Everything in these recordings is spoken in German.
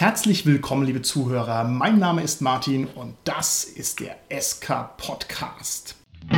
Herzlich willkommen, liebe Zuhörer. Mein Name ist Martin und das ist der SK Podcast.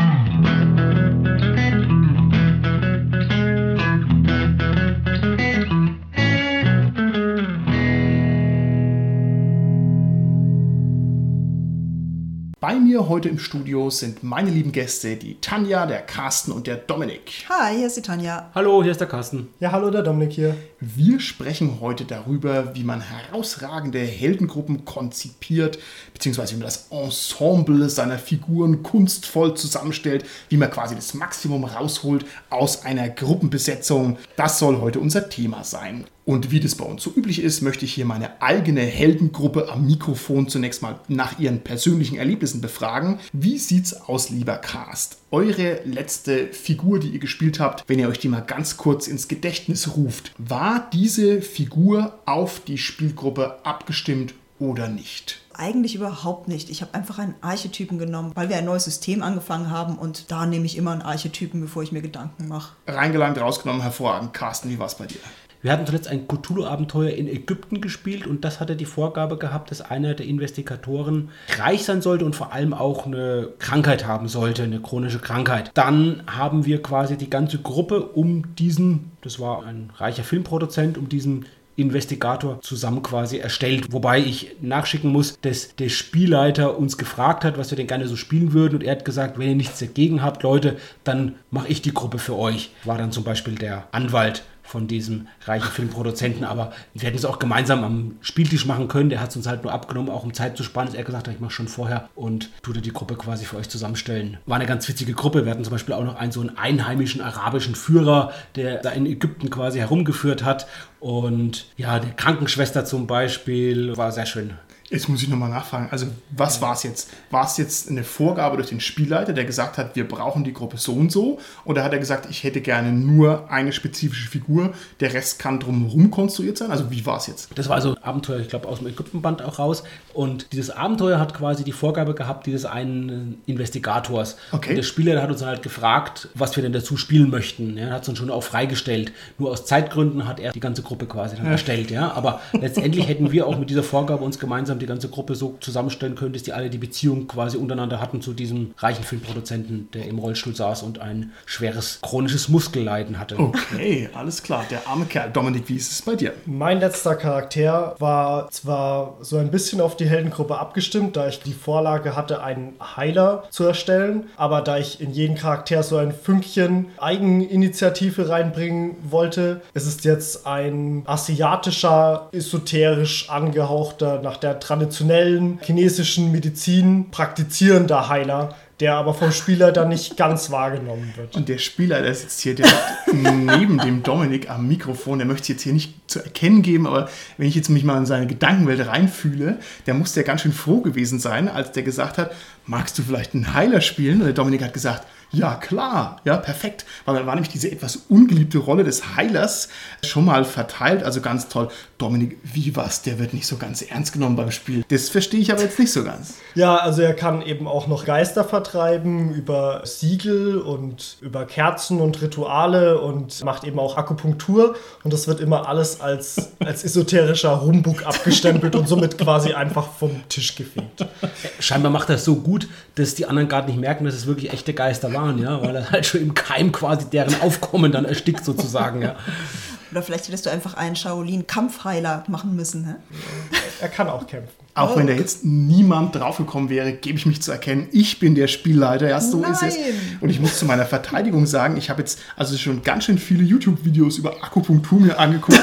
Bei mir heute im Studio sind meine lieben Gäste, die Tanja, der Carsten und der Dominik. Hi, hier ist die Tanja. Hallo, hier ist der Carsten. Ja, hallo, der Dominik hier. Wir sprechen heute darüber, wie man herausragende Heldengruppen konzipiert, beziehungsweise wie man das Ensemble seiner Figuren kunstvoll zusammenstellt, wie man quasi das Maximum rausholt aus einer Gruppenbesetzung. Das soll heute unser Thema sein. Und wie das bei uns so üblich ist, möchte ich hier meine eigene Heldengruppe am Mikrofon zunächst mal nach ihren persönlichen Erlebnissen befragen. Wie sieht's aus, lieber Cast? Eure letzte Figur, die ihr gespielt habt, wenn ihr euch die mal ganz kurz ins Gedächtnis ruft, war diese Figur auf die Spielgruppe abgestimmt oder nicht? Eigentlich überhaupt nicht. Ich habe einfach einen Archetypen genommen, weil wir ein neues System angefangen haben und da nehme ich immer einen Archetypen, bevor ich mir Gedanken mache. Reingelangt, rausgenommen, hervorragend. Carsten, wie war's bei dir? Wir hatten zuletzt ein Cthulhu-Abenteuer in Ägypten gespielt und das hatte die Vorgabe gehabt, dass einer der Investigatoren reich sein sollte und vor allem auch eine Krankheit haben sollte, eine chronische Krankheit. Dann haben wir quasi die ganze Gruppe um diesen, das war ein reicher Filmproduzent, um diesen Investigator zusammen quasi erstellt. Wobei ich nachschicken muss, dass der Spielleiter uns gefragt hat, was wir denn gerne so spielen würden. Und er hat gesagt, wenn ihr nichts dagegen habt, Leute, dann mache ich die Gruppe für euch. War dann zum Beispiel der Anwalt von diesem reichen Filmproduzenten, aber wir hätten es auch gemeinsam am Spieltisch machen können. Der hat es uns halt nur abgenommen, auch um Zeit zu sparen. Ist er gesagt hat, ich mache schon vorher und tue die Gruppe quasi für euch zusammenstellen. War eine ganz witzige Gruppe. Wir hatten zum Beispiel auch noch so einen einheimischen arabischen Führer, der da in Ägypten quasi herumgeführt hat. Und ja, die Krankenschwester zum Beispiel war sehr schön. Jetzt muss ich nochmal nachfragen. Also, was war es jetzt? War es jetzt eine Vorgabe durch den Spielleiter, der gesagt hat, wir brauchen die Gruppe so und so? Oder hat er gesagt, ich hätte gerne nur eine spezifische Figur, der Rest kann drumherum konstruiert sein? Also, wie war es jetzt? Das war also ein Abenteuer, ich glaube, aus dem Ägyptenband auch raus. Und dieses Abenteuer hat quasi die Vorgabe gehabt, dieses einen Investigators. Okay. Und der Spieler hat uns halt gefragt, was wir denn dazu spielen möchten. Er hat es uns schon auch freigestellt. Nur aus Zeitgründen hat er die ganze Gruppe quasi dann erstellt. Ja? Aber letztendlich hätten wir auch mit dieser Vorgabe uns gemeinsam die ganze Gruppe so zusammenstellen können, dass die alle die Beziehung quasi untereinander hatten zu diesem reichen Filmproduzenten, der im Rollstuhl saß und ein schweres chronisches Muskelleiden hatte. Okay, alles klar. Der arme Kerl. Dominik, wie ist es bei dir? Mein letzter Charakter war zwar so ein bisschen auf die Heldengruppe abgestimmt, da ich die Vorlage hatte, einen Heiler zu erstellen, aber da ich in jeden Charakter so ein Fünkchen Eigeninitiative reinbringen wollte, ist es jetzt ein asiatischer, esoterisch angehauchter, nach der traditionellen chinesischen Medizin praktizierender Heiler, der aber vom Spieler dann nicht ganz wahrgenommen wird. Und der Spielleiter sitzt hier direkt neben dem Dominik am Mikrofon. Der möchte es jetzt hier nicht zu erkennen geben, aber wenn ich jetzt mich mal in seine Gedankenwelt reinfühle, der muss ja ganz schön froh gewesen sein, als der gesagt hat, magst du vielleicht einen Heiler spielen? Und der Dominik hat gesagt, ja klar, ja perfekt, weil dann war nämlich diese etwas ungeliebte Rolle des Heilers schon mal verteilt, also ganz toll. Dominik, wie war's? Der wird nicht so ganz ernst genommen beim Spiel. Das verstehe ich aber jetzt nicht so ganz. Ja, also er kann eben auch noch Geister vertreiben über Siegel und über Kerzen und Rituale und macht eben auch Akupunktur und das wird immer alles als esoterischer Humbug abgestempelt und somit quasi einfach vom Tisch gefegt. Scheinbar macht er es so gut, dass die anderen gerade nicht merken, dass es wirklich echte Geister waren, ja, weil er halt schon im Keim quasi deren Aufkommen dann erstickt sozusagen, ja. Oder vielleicht hättest du einfach einen Shaolin-Kampfheiler machen müssen. Hä? Er kann auch kämpfen. Auch wenn da jetzt niemand draufgekommen wäre, gebe ich mich zu erkennen, ich bin der Spielleiter, ja, so ist es. Und ich muss zu meiner Verteidigung sagen, ich habe jetzt also schon ganz schön viele YouTube-Videos über Akupunktur mir angeguckt,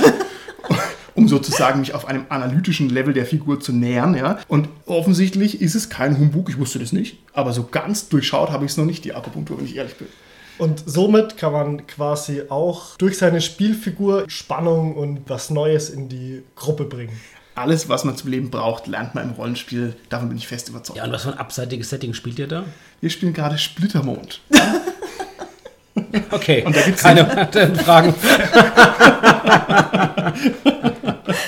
um sozusagen mich auf einem analytischen Level der Figur zu nähern, ja. Und offensichtlich ist es kein Humbug, ich wusste das nicht, aber so ganz durchschaut habe ich es noch nicht, die Akupunktur, wenn ich ehrlich bin. Und somit kann man quasi auch durch seine Spielfigur Spannung und was Neues in die Gruppe bringen. Alles, was man zum Leben braucht, lernt man im Rollenspiel. Davon bin ich fest überzeugt. Ja, und was für ein abseitiges Setting spielt ihr da? Wir spielen gerade Splittermond. Okay, und da gibt's keine weiteren Fragen.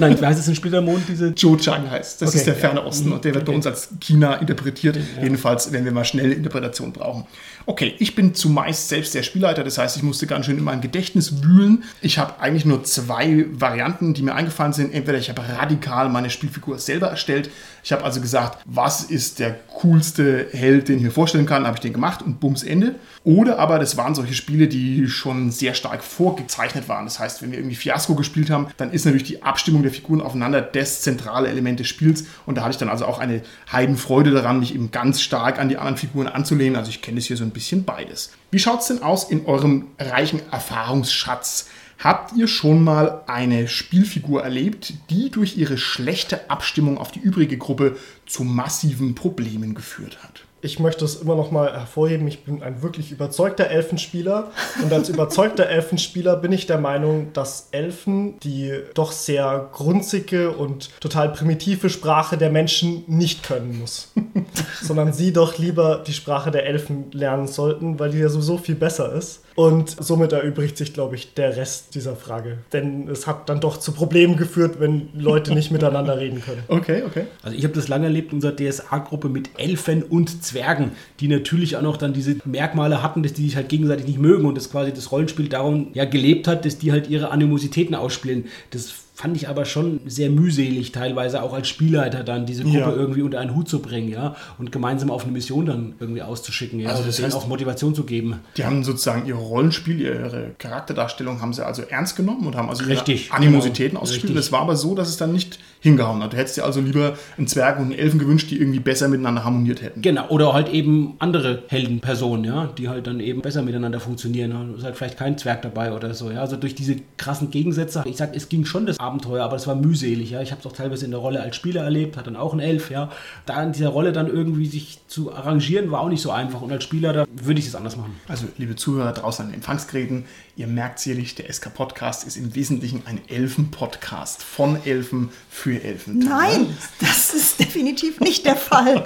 Nein, wie heißt es in Splittermond, diese... Zhoushan heißt. Das Okay, ist der ja. Ferne Osten und der wird bei uns als China interpretiert. Jedenfalls, wenn wir mal schnelle Interpretation brauchen. Okay, ich bin zumeist selbst der Spielleiter, das heißt, ich musste ganz schön in meinem Gedächtnis wühlen. Ich habe eigentlich nur 2 Varianten, die mir eingefallen sind. Entweder ich habe radikal meine Spielfigur selber erstellt. Ich habe also gesagt, was ist der coolste Held, den ich mir vorstellen kann, habe ich den gemacht und bums Ende. Oder aber das waren solche Spiele, die schon sehr stark vorgezeichnet waren. Das heißt, wenn wir irgendwie Fiasko gespielt haben, dann ist natürlich die Abstimmung der Figuren aufeinander das zentrale Element des Spiels. Und da hatte ich dann also auch eine Heidenfreude daran, mich eben ganz stark an die anderen Figuren anzulehnen. Also ich kenne das hier so ein bisschen beides. Wie schaut es denn aus in eurem reichen Erfahrungsschatz? Habt ihr schon mal eine Spielfigur erlebt, die durch ihre schlechte Abstimmung auf die übrige Gruppe zu massiven Problemen geführt hat? Ich möchte es immer noch mal hervorheben, ich bin ein wirklich überzeugter Elfenspieler und als überzeugter Elfenspieler bin ich der Meinung, dass Elfen die doch sehr grunzige und total primitive Sprache der Menschen nicht können muss, sondern sie doch lieber die Sprache der Elfen lernen sollten, weil die ja sowieso viel besser ist. Und somit erübrigt sich, glaube ich, der Rest dieser Frage. Denn es hat dann doch zu Problemen geführt, wenn Leute nicht miteinander reden können. Okay. Also ich habe das lange erlebt in unserer DSA-Gruppe mit Elfen und Zwergen, die natürlich auch noch dann diese Merkmale hatten, dass die sich halt gegenseitig nicht mögen und das quasi das Rollenspiel darum ja gelebt hat, dass die halt ihre Animositäten ausspielen. Das fand ich aber schon sehr mühselig, teilweise auch als Spielleiter dann diese Gruppe irgendwie unter einen Hut zu bringen, ja, und gemeinsam auf eine Mission dann irgendwie auszuschicken, ja, Also das heißt, auch Motivation zu geben. Die haben sozusagen ihr Rollenspiel, ihre Charakterdarstellung haben sie also ernst genommen und haben also ihre Richtig, Animositäten genau, ausgespielt. richtig. Das war aber so, dass es dann nicht hingehauen hat. Du hättest dir also lieber einen Zwerg und einen Elfen gewünscht, die irgendwie besser miteinander harmoniert hätten. Genau, oder halt eben andere Heldenpersonen, ja, die halt dann eben besser miteinander funktionieren. Da ist halt vielleicht kein Zwerg dabei oder so, ja. Also durch diese krassen Gegensätze, ich sag, es ging schon das Abenteuer, aber es war mühselig, ja. Ich habe es auch teilweise in der Rolle als Spieler erlebt, hat dann auch ein Elf, ja. Da in dieser Rolle dann irgendwie sich zu arrangieren, war auch nicht so einfach. Und als Spieler, da würde ich es anders machen. Also, liebe Zuhörer draußen an den Empfangsgeräten, ihr merkt sicherlich, der SK-Podcast ist im Wesentlichen ein Elfen-Podcast. Von Elfen für Elfen. Nein, das ist definitiv nicht der Fall.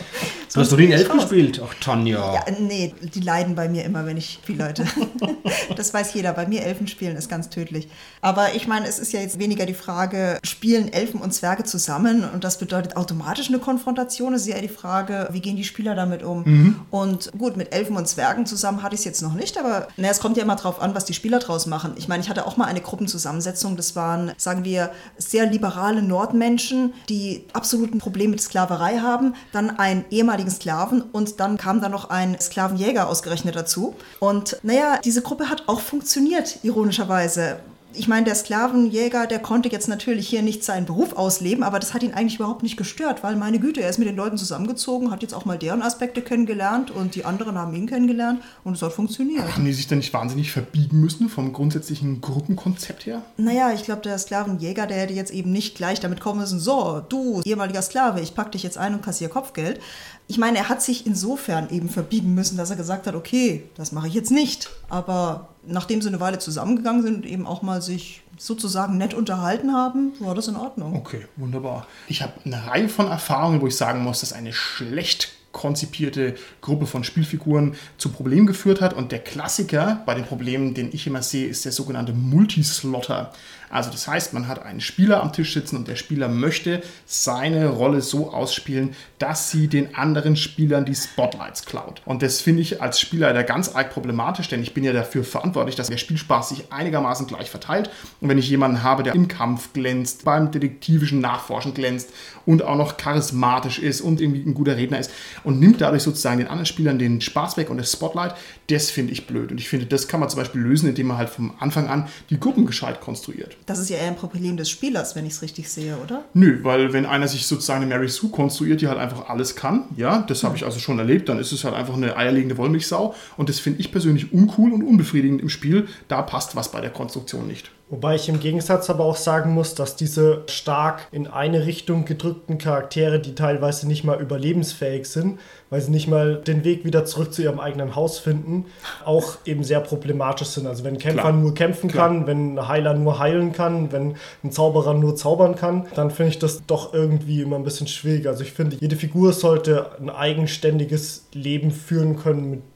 Du hast doch den Elf gespielt? Ach, Tanja. Ja, nee, die leiden bei mir immer, wenn ich spiele, Leute. Das weiß jeder. Bei mir Elfen spielen ist ganz tödlich. Aber ich meine, es ist ja jetzt weniger die Frage, spielen Elfen und Zwerge zusammen? Und das bedeutet automatisch eine Konfrontation. Es ist ja die Frage, wie gehen die Spieler damit um? Und gut, mit Elfen und Zwergen zusammen hatte ich es jetzt noch nicht, aber es kommt ja immer drauf an, was die Spieler draus machen. Ich meine, ich hatte auch mal eine Gruppenzusammensetzung. Das waren, sagen wir, sehr liberale Nordmenschen, die absoluten Problem mit Sklaverei haben. Dann ein ehemaligen Sklaven und dann kam da noch ein Sklavenjäger ausgerechnet dazu. Und naja, diese Gruppe hat auch funktioniert, ironischerweise. Ich meine, der Sklavenjäger, der konnte jetzt natürlich hier nicht seinen Beruf ausleben, aber das hat ihn eigentlich überhaupt nicht gestört, weil meine Güte, er ist mit den Leuten zusammengezogen, hat jetzt auch mal deren Aspekte kennengelernt und die anderen haben ihn kennengelernt und es hat funktioniert. Haben die sich dann nicht wahnsinnig verbiegen müssen vom grundsätzlichen Gruppenkonzept her? Naja, ich glaube, der Sklavenjäger, der hätte jetzt eben nicht gleich damit kommen müssen, so, du, ehemaliger Sklave, ich pack dich jetzt ein und kassiere Kopfgeld. Ich meine, er hat sich insofern eben verbiegen müssen, dass er gesagt hat, okay, das mache ich jetzt nicht. Aber nachdem sie eine Weile zusammengegangen sind und eben auch mal sich sozusagen nett unterhalten haben, war das in Ordnung. Okay, wunderbar. Ich habe eine Reihe von Erfahrungen, wo ich sagen muss, dass eine schlecht konzipierte Gruppe von Spielfiguren zu Problemen geführt hat. Und der Klassiker bei den Problemen, den ich immer sehe, ist der sogenannte Multislotter. Also das heißt, man hat einen Spieler am Tisch sitzen und der Spieler möchte seine Rolle so ausspielen, dass sie den anderen Spielern die Spotlights klaut. Und das finde ich als Spielleiter ganz arg problematisch, denn ich bin ja dafür verantwortlich, dass der Spielspaß sich einigermaßen gleich verteilt. Und wenn ich jemanden habe, der im Kampf glänzt, beim detektivischen Nachforschen glänzt und auch noch charismatisch ist und irgendwie ein guter Redner ist und nimmt dadurch sozusagen den anderen Spielern den Spaß weg und das Spotlight, das finde ich blöd. Und ich finde, das kann man zum Beispiel lösen, indem man halt vom Anfang an die Gruppen gescheit konstruiert. Das ist ja eher ein Problem des Spielers, wenn ich es richtig sehe, oder? Nö, weil wenn einer sich sozusagen eine Mary Sue konstruiert, die halt einfach alles kann, ja, das habe ich also schon erlebt, dann ist es halt einfach eine eierlegende Wollmilchsau und das finde ich persönlich uncool und unbefriedigend im Spiel. Da passt was bei der Konstruktion nicht. Wobei ich im Gegensatz aber auch sagen muss, dass diese stark in eine Richtung gedrückten Charaktere, die teilweise nicht mal überlebensfähig sind, weil sie nicht mal den Weg wieder zurück zu ihrem eigenen Haus finden, auch eben sehr problematisch sind. Also wenn ein Kämpfer nur kämpfen kann, wenn ein Heiler nur heilen kann, wenn ein Zauberer nur zaubern kann, dann finde ich das doch irgendwie immer ein bisschen schwierig. Also ich finde, jede Figur sollte ein eigenständiges Leben führen können mit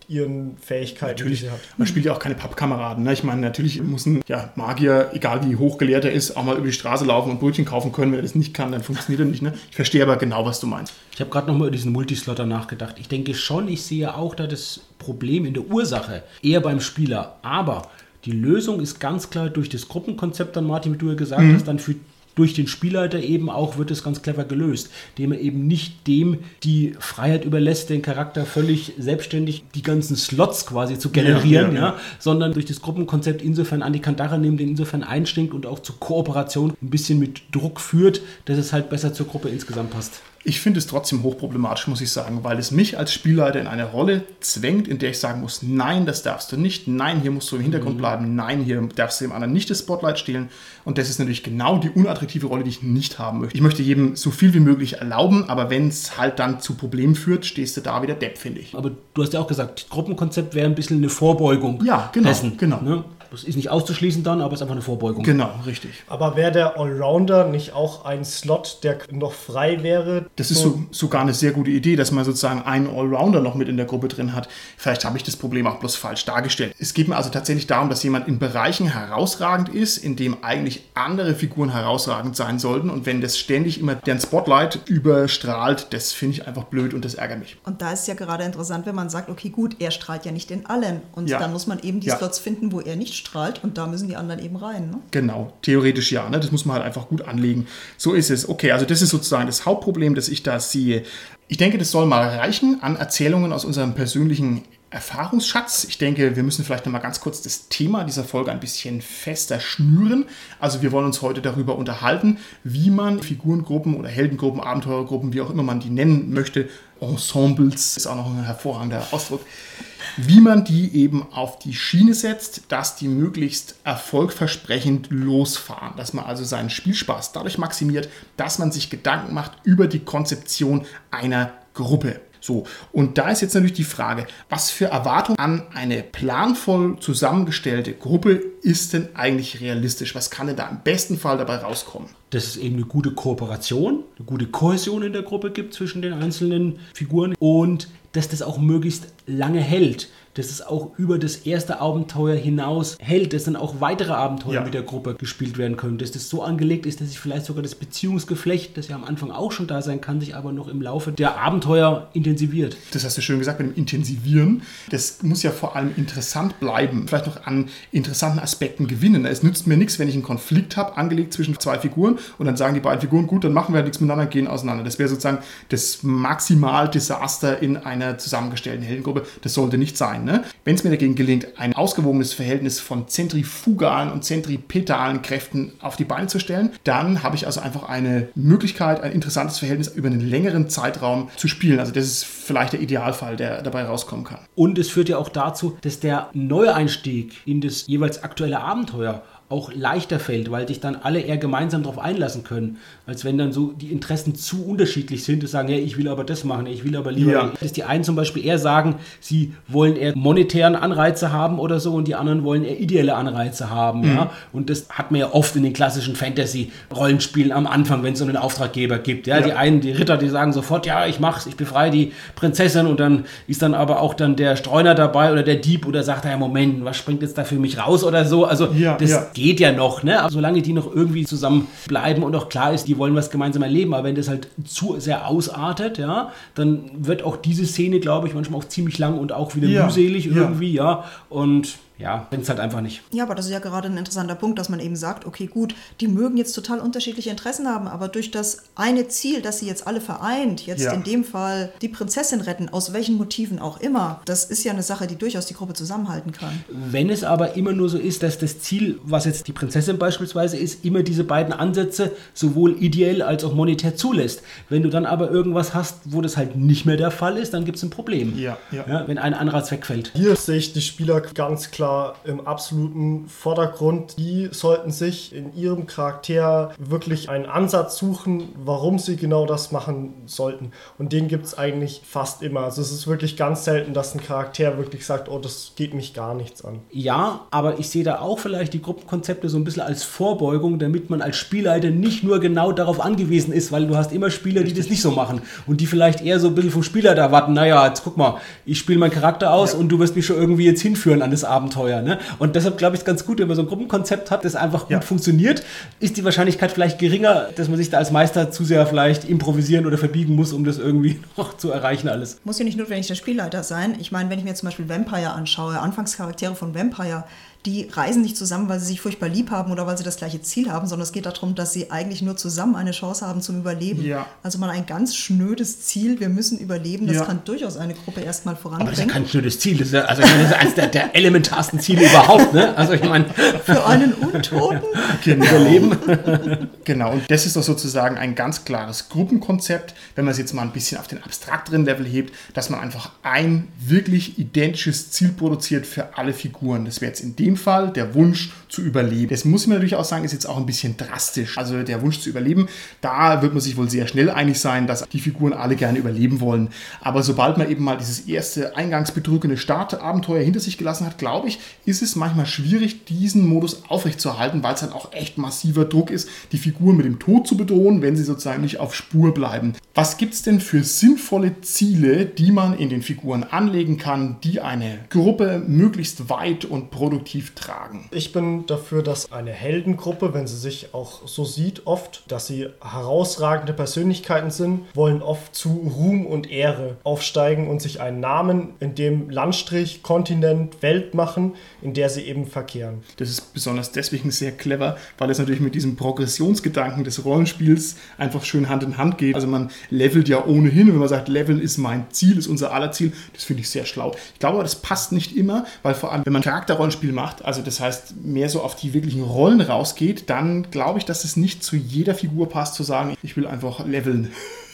ihren Fähigkeiten, Natürlich, die sie hat. man spielt ja auch keine Pappkameraden. Ne? Ich meine, natürlich muss ein Magier, egal wie hochgelehrt er ist, auch mal über die Straße laufen und Brötchen kaufen können. Wenn er das nicht kann, dann funktioniert er nicht. Ne? Ich verstehe aber genau, was du meinst. Ich habe gerade nochmal über diesen Multislotter nachgedacht. Ich denke schon, ich sehe auch da das Problem in der Ursache eher beim Spieler. Aber die Lösung ist ganz klar durch das Gruppenkonzept, dann Martin, wie du ja gesagt hast, dann durch den Spielleiter eben auch wird es ganz clever gelöst, indem er eben nicht dem die Freiheit überlässt, den Charakter völlig selbstständig die ganzen Slots quasi zu generieren, sondern durch das Gruppenkonzept insofern an die Kandare nimmt, den insofern einstinkt und auch zur Kooperation ein bisschen mit Druck führt, dass es halt besser zur Gruppe insgesamt passt. Ich finde es trotzdem hochproblematisch, muss ich sagen, weil es mich als Spielleiter in eine Rolle zwängt, in der ich sagen muss, nein, das darfst du nicht, nein, hier musst du im Hintergrund bleiben, nein, hier darfst du dem anderen nicht das Spotlight stehlen. Und das ist natürlich genau die unattraktive Rolle, die ich nicht haben möchte. Ich möchte jedem so viel wie möglich erlauben, aber wenn es halt dann zu Problemen führt, stehst du da wieder Depp, finde ich. Aber du hast ja auch gesagt, das Gruppenkonzept wäre ein bisschen eine Vorbeugung dessen. Genau. Ne? Das ist nicht auszuschließen dann, aber es ist einfach eine Vorbeugung. Genau, richtig. Aber wäre der Allrounder nicht auch ein Slot, der noch frei wäre? Das ist sogar eine sehr gute Idee, dass man sozusagen einen Allrounder noch mit in der Gruppe drin hat. Vielleicht habe ich das Problem auch bloß falsch dargestellt. Es geht mir also tatsächlich darum, dass jemand in Bereichen herausragend ist, in dem eigentlich andere Figuren herausragend sein sollten. Und wenn das ständig immer deren Spotlight überstrahlt, das finde ich einfach blöd und das ärgert mich. Und da ist es ja gerade interessant, wenn man sagt, okay, gut, er strahlt ja nicht in allen. Und dann muss man eben die Slots finden, wo er nicht strahlt und da müssen die anderen eben rein. Ne? Genau, theoretisch ja. Ne? Das muss man halt einfach gut anlegen. So ist es. Okay, also das ist sozusagen das Hauptproblem, das ich da sehe. Ich denke, das soll mal reichen an Erzählungen aus unserem persönlichen Erfahrungsschatz. Ich denke, wir müssen vielleicht noch mal ganz kurz das Thema dieser Folge ein bisschen fester schnüren. Also wir wollen uns heute darüber unterhalten, wie man Figurengruppen oder Heldengruppen, Abenteurergruppen, wie auch immer man die nennen möchte, Ensembles ist auch noch ein hervorragender Ausdruck, wie man die eben auf die Schiene setzt, dass die möglichst erfolgversprechend losfahren. Dass man also seinen Spielspaß dadurch maximiert, dass man sich Gedanken macht über die Konzeption einer Gruppe. So, und da ist jetzt natürlich die Frage, was für Erwartungen an eine planvoll zusammengestellte Gruppe ist denn eigentlich realistisch? Was kann denn da im besten Fall dabei rauskommen? Dass es eben eine gute Kooperation, eine gute Kohäsion in der Gruppe gibt zwischen den einzelnen Figuren und dass das auch möglichst lange hält. Dass es auch über das erste Abenteuer hinaus hält, dass dann auch weitere Abenteuer mit der Gruppe gespielt werden können. Dass das so angelegt ist, dass sich vielleicht sogar das Beziehungsgeflecht, das ja am Anfang auch schon da sein kann, sich aber noch im Laufe der Abenteuer intensiviert. Das hast du schön gesagt mit dem Intensivieren. Das muss ja vor allem interessant bleiben, vielleicht noch an interessanten Aspekten gewinnen. Es nützt mir nichts, wenn ich einen Konflikt habe, angelegt zwischen zwei Figuren und dann sagen die beiden Figuren, gut, dann machen wir nichts miteinander, gehen auseinander. Das wäre sozusagen das Maximal-Desaster in einer zusammengestellten Heldengruppe. Das sollte nicht sein. Ne? Wenn es mir dagegen gelingt, ein ausgewogenes Verhältnis von zentrifugalen und zentripetalen Kräften auf die Beine zu stellen, dann habe ich also einfach eine Möglichkeit, ein interessantes Verhältnis über einen längeren Zeitraum zu spielen. Also das ist vielleicht der Idealfall, der dabei rauskommen kann. Und es führt ja auch dazu, dass der Neueinstieg in das jeweils aktuelle Abenteuer auch leichter fällt, weil sich dann alle eher gemeinsam darauf einlassen können, als wenn dann so die Interessen zu unterschiedlich sind, dass sagen, ja, ich will aber das machen, ich will aber lieber, dass die einen zum Beispiel eher sagen, sie wollen eher monetären Anreize haben oder so und die anderen wollen eher ideelle Anreize haben, ja, und das hat man ja oft in den klassischen Fantasy-Rollenspielen am Anfang, wenn es so einen Auftraggeber gibt, ja, die einen, die Ritter, die sagen sofort, ja, ich mach's, ich befreie die Prinzessin und dann ist dann aber auch dann der Streuner dabei oder der Dieb oder sagt, ja, Moment, was springt jetzt da für mich raus oder so, also das geht ja noch, ne? Aber solange die noch irgendwie zusammen bleiben und auch klar ist, die wollen was gemeinsam erleben, aber wenn das halt zu sehr ausartet, ja, dann wird auch diese Szene, glaube ich, manchmal auch ziemlich lang und auch wieder mühselig irgendwie, und ja, wenn es halt einfach nicht. Ja, aber das ist ja gerade ein interessanter Punkt, dass man eben sagt, okay, gut, die mögen jetzt total unterschiedliche Interessen haben, aber durch das eine Ziel, das sie jetzt alle vereint, jetzt in dem Fall die Prinzessin retten, aus welchen Motiven auch immer, das ist ja eine Sache, die durchaus die Gruppe zusammenhalten kann. Wenn es aber immer nur so ist, dass das Ziel, was jetzt die Prinzessin beispielsweise ist, immer diese beiden Ansätze sowohl ideell als auch monetär zulässt. Wenn du dann aber irgendwas hast, wo das halt nicht mehr der Fall ist, dann gibt es ein Problem. Ja, wenn ein Anreiz wegfällt. Hier sehe ich die Spieler ganz klar da im absoluten Vordergrund. Die sollten sich in ihrem Charakter wirklich einen Ansatz suchen, warum sie genau das machen sollten. Und den gibt es eigentlich fast immer. Also es ist wirklich ganz selten, dass ein Charakter wirklich sagt, oh, das geht mich gar nichts an. Ja, aber ich sehe da auch vielleicht die Gruppenkonzepte so ein bisschen als Vorbeugung, damit man als Spielleiter nicht nur genau darauf angewiesen ist, weil du hast immer Spieler, die das nicht so machen und die vielleicht eher so ein bisschen vom Spielleiter erwarten, naja, jetzt guck mal, ich spiele meinen Charakter aus und du wirst mich schon irgendwie jetzt hinführen an das Abenteuer. Ne? Und deshalb glaube ich es ganz gut, wenn man so ein Gruppenkonzept hat, das einfach gut funktioniert, ist die Wahrscheinlichkeit vielleicht geringer, dass man sich da als Meister zu sehr vielleicht improvisieren oder verbiegen muss, um das irgendwie noch zu erreichen alles. Muss ja nicht notwendig der Spielleiter sein. Ich meine, wenn ich mir zum Beispiel Vampire anschaue, Anfangscharaktere von Vampire, die reisen nicht zusammen, weil sie sich furchtbar lieb haben oder weil sie das gleiche Ziel haben, sondern es geht darum, dass sie eigentlich nur zusammen eine Chance haben zum Überleben. Ja. Also mal ein ganz schnödes Ziel, wir müssen überleben, das kann durchaus eine Gruppe erstmal voranbringen. Aber das ist ja kein schnödes Ziel, das ist ja, also ich meine, das ist eines der elementarsten Ziele überhaupt. Ne? Also ich meine, für einen Untoten Überleben. Genau, und das ist doch sozusagen ein ganz klares Gruppenkonzept, wenn man es jetzt mal ein bisschen auf den abstrakteren Level hebt, dass man einfach ein wirklich identisches Ziel produziert für alle Figuren. Das wäre jetzt in dem Fall der Wunsch zu überleben. Das muss man natürlich auch sagen, ist jetzt auch ein bisschen drastisch. Also der Wunsch zu überleben, da wird man sich wohl sehr schnell einig sein, dass die Figuren alle gerne überleben wollen. Aber sobald man eben mal dieses erste eingangsbedrückende Startabenteuer hinter sich gelassen hat, glaube ich, ist es manchmal schwierig, diesen Modus aufrechtzuerhalten, weil es dann auch echt massiver Druck ist, die Figuren mit dem Tod zu bedrohen, wenn sie sozusagen nicht auf Spur bleiben. Was gibt es denn für sinnvolle Ziele, die man in den Figuren anlegen kann, die eine Gruppe möglichst weit und produktiv tragen? Ich bin dafür, dass eine Heldengruppe, wenn sie sich auch so sieht, oft, dass sie herausragende Persönlichkeiten sind, wollen oft zu Ruhm und Ehre aufsteigen und sich einen Namen in dem Landstrich, Kontinent, Welt machen, in der sie eben verkehren. Das ist besonders deswegen sehr clever, weil es natürlich mit diesem Progressionsgedanken des Rollenspiels einfach schön Hand in Hand geht. Also man levelt ja ohnehin, wenn man sagt, Leveln ist mein Ziel, ist unser aller Ziel, das finde ich sehr schlau. Ich glaube aber, das passt nicht immer, weil vor allem, wenn man Charakterrollenspiel macht, also das heißt, mehr so auf die wirklichen Rollen rausgeht, dann glaube ich, dass es nicht zu jeder Figur passt, zu sagen, ich will einfach leveln.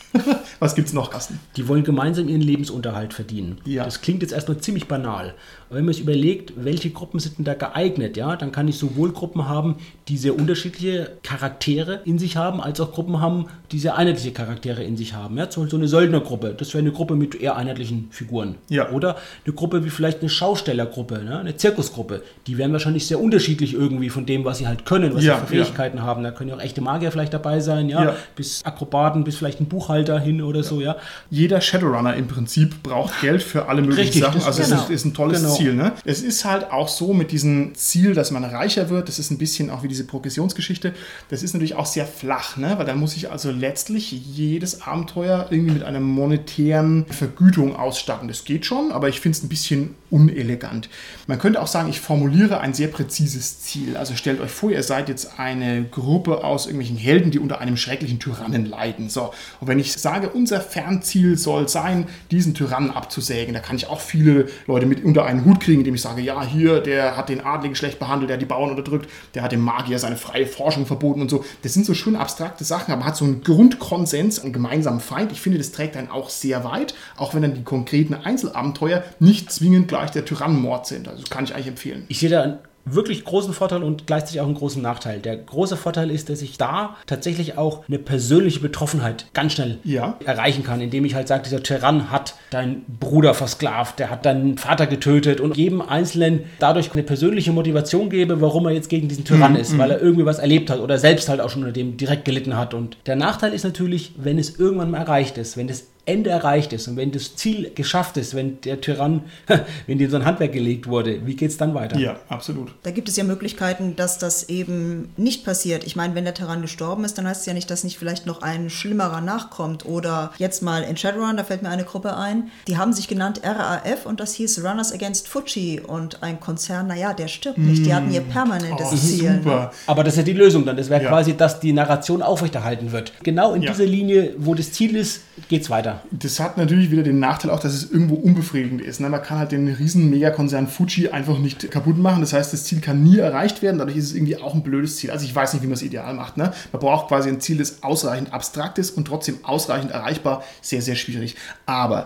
Was gibt's noch, Carsten? Die wollen gemeinsam ihren Lebensunterhalt verdienen. Ja. Das klingt jetzt erstmal ziemlich banal. Aber wenn man sich überlegt, welche Gruppen sind denn da geeignet, ja, dann kann ich sowohl Gruppen haben, die sehr unterschiedliche Charaktere in sich haben, als auch Gruppen haben, die sehr einheitliche Charaktere in sich haben. Ja, zum Beispiel so eine Söldnergruppe, das wäre eine Gruppe mit eher einheitlichen Figuren. Ja. Oder eine Gruppe wie vielleicht eine Schaustellergruppe, ne, eine Zirkusgruppe. Die wären wahrscheinlich sehr unterschiedlich irgendwie von dem, was sie halt können, was sie für Fähigkeiten haben. Da können ja auch echte Magier vielleicht dabei sein, bis Akrobaten, bis vielleicht ein Buchhalter hin oder so, ja. Jeder Shadowrunner im Prinzip braucht Geld für alle möglichen Sachen. Also es ist ein tolles Ziel. Ne? Es ist halt auch so mit diesem Ziel, dass man reicher wird, das ist ein bisschen auch wie diese Progressionsgeschichte, das ist natürlich auch sehr flach, ne? Weil dann muss ich also letztlich jedes Abenteuer irgendwie mit einer monetären Vergütung ausstatten. Das geht schon, aber ich finde es ein bisschen unelegant. Man könnte auch sagen, ich formuliere ein sehr präzises Ziel. Also stellt euch vor, ihr seid jetzt eine Gruppe aus irgendwelchen Helden, die unter einem schrecklichen Tyrannen leiden. So. Und wenn ich sage, unser Fernziel soll sein, diesen Tyrannen abzusägen, da kann ich auch viele Leute mit unter einen Hut kriegen, indem ich sage, ja, hier, der hat den Adligen schlecht behandelt, der hat die Bauern unterdrückt, der hat dem Magier seine freie Forschung verboten und so. Das sind so schön abstrakte Sachen, aber hat so einen Grundkonsens, einen gemeinsamen Feind. Ich finde, das trägt einen auch sehr weit, auch wenn dann die konkreten Einzelabenteuer nicht zwingend gleich der Tyrannenmord sind. Also das kann ich eigentlich empfehlen. Ich sehe da einen wirklich großen Vorteil und gleichzeitig auch einen großen Nachteil. Der große Vorteil ist, dass ich da tatsächlich auch eine persönliche Betroffenheit ganz schnell erreichen kann, indem ich halt sage, dieser Tyrann hat deinen Bruder versklavt, der hat deinen Vater getötet und jedem Einzelnen dadurch eine persönliche Motivation gebe, warum er jetzt gegen diesen Tyrann ist, weil er irgendwie was erlebt hat oder selbst halt auch schon unter dem direkt gelitten hat. Und der Nachteil ist natürlich, wenn es irgendwann mal erreicht ist, wenn das Ende erreicht ist und wenn das Ziel geschafft ist, wenn der Tyrann, wenn dir so ein Handwerk gelegt wurde, wie geht es dann weiter? Ja, absolut. Da gibt es ja Möglichkeiten, dass das eben nicht passiert. Ich meine, wenn der Tyrann gestorben ist, dann heißt es ja nicht, dass nicht vielleicht noch ein schlimmerer nachkommt. Oder jetzt mal in Shadowrun, da fällt mir eine Gruppe ein, die haben sich genannt RAF und das hieß Runners Against Fuji und ein Konzern, naja, der stirbt nicht. Die hatten ihr permanentes Ziel. Super. Ne? Aber das ist ja die Lösung dann. Das wäre quasi, dass die Narration aufrechterhalten wird. Genau in dieser Linie, wo das Ziel ist, geht's weiter. Das hat natürlich wieder den Nachteil auch, dass es irgendwo unbefriedigend ist. Ne? Man kann halt den riesen Megakonzern Fuji einfach nicht kaputt machen. Das heißt, das Ziel kann nie erreicht werden. Dadurch ist es irgendwie auch ein blödes Ziel. Also ich weiß nicht, wie man es ideal macht. Ne? Man braucht quasi ein Ziel, das ausreichend abstrakt ist und trotzdem ausreichend erreichbar. Sehr, sehr schwierig. Aber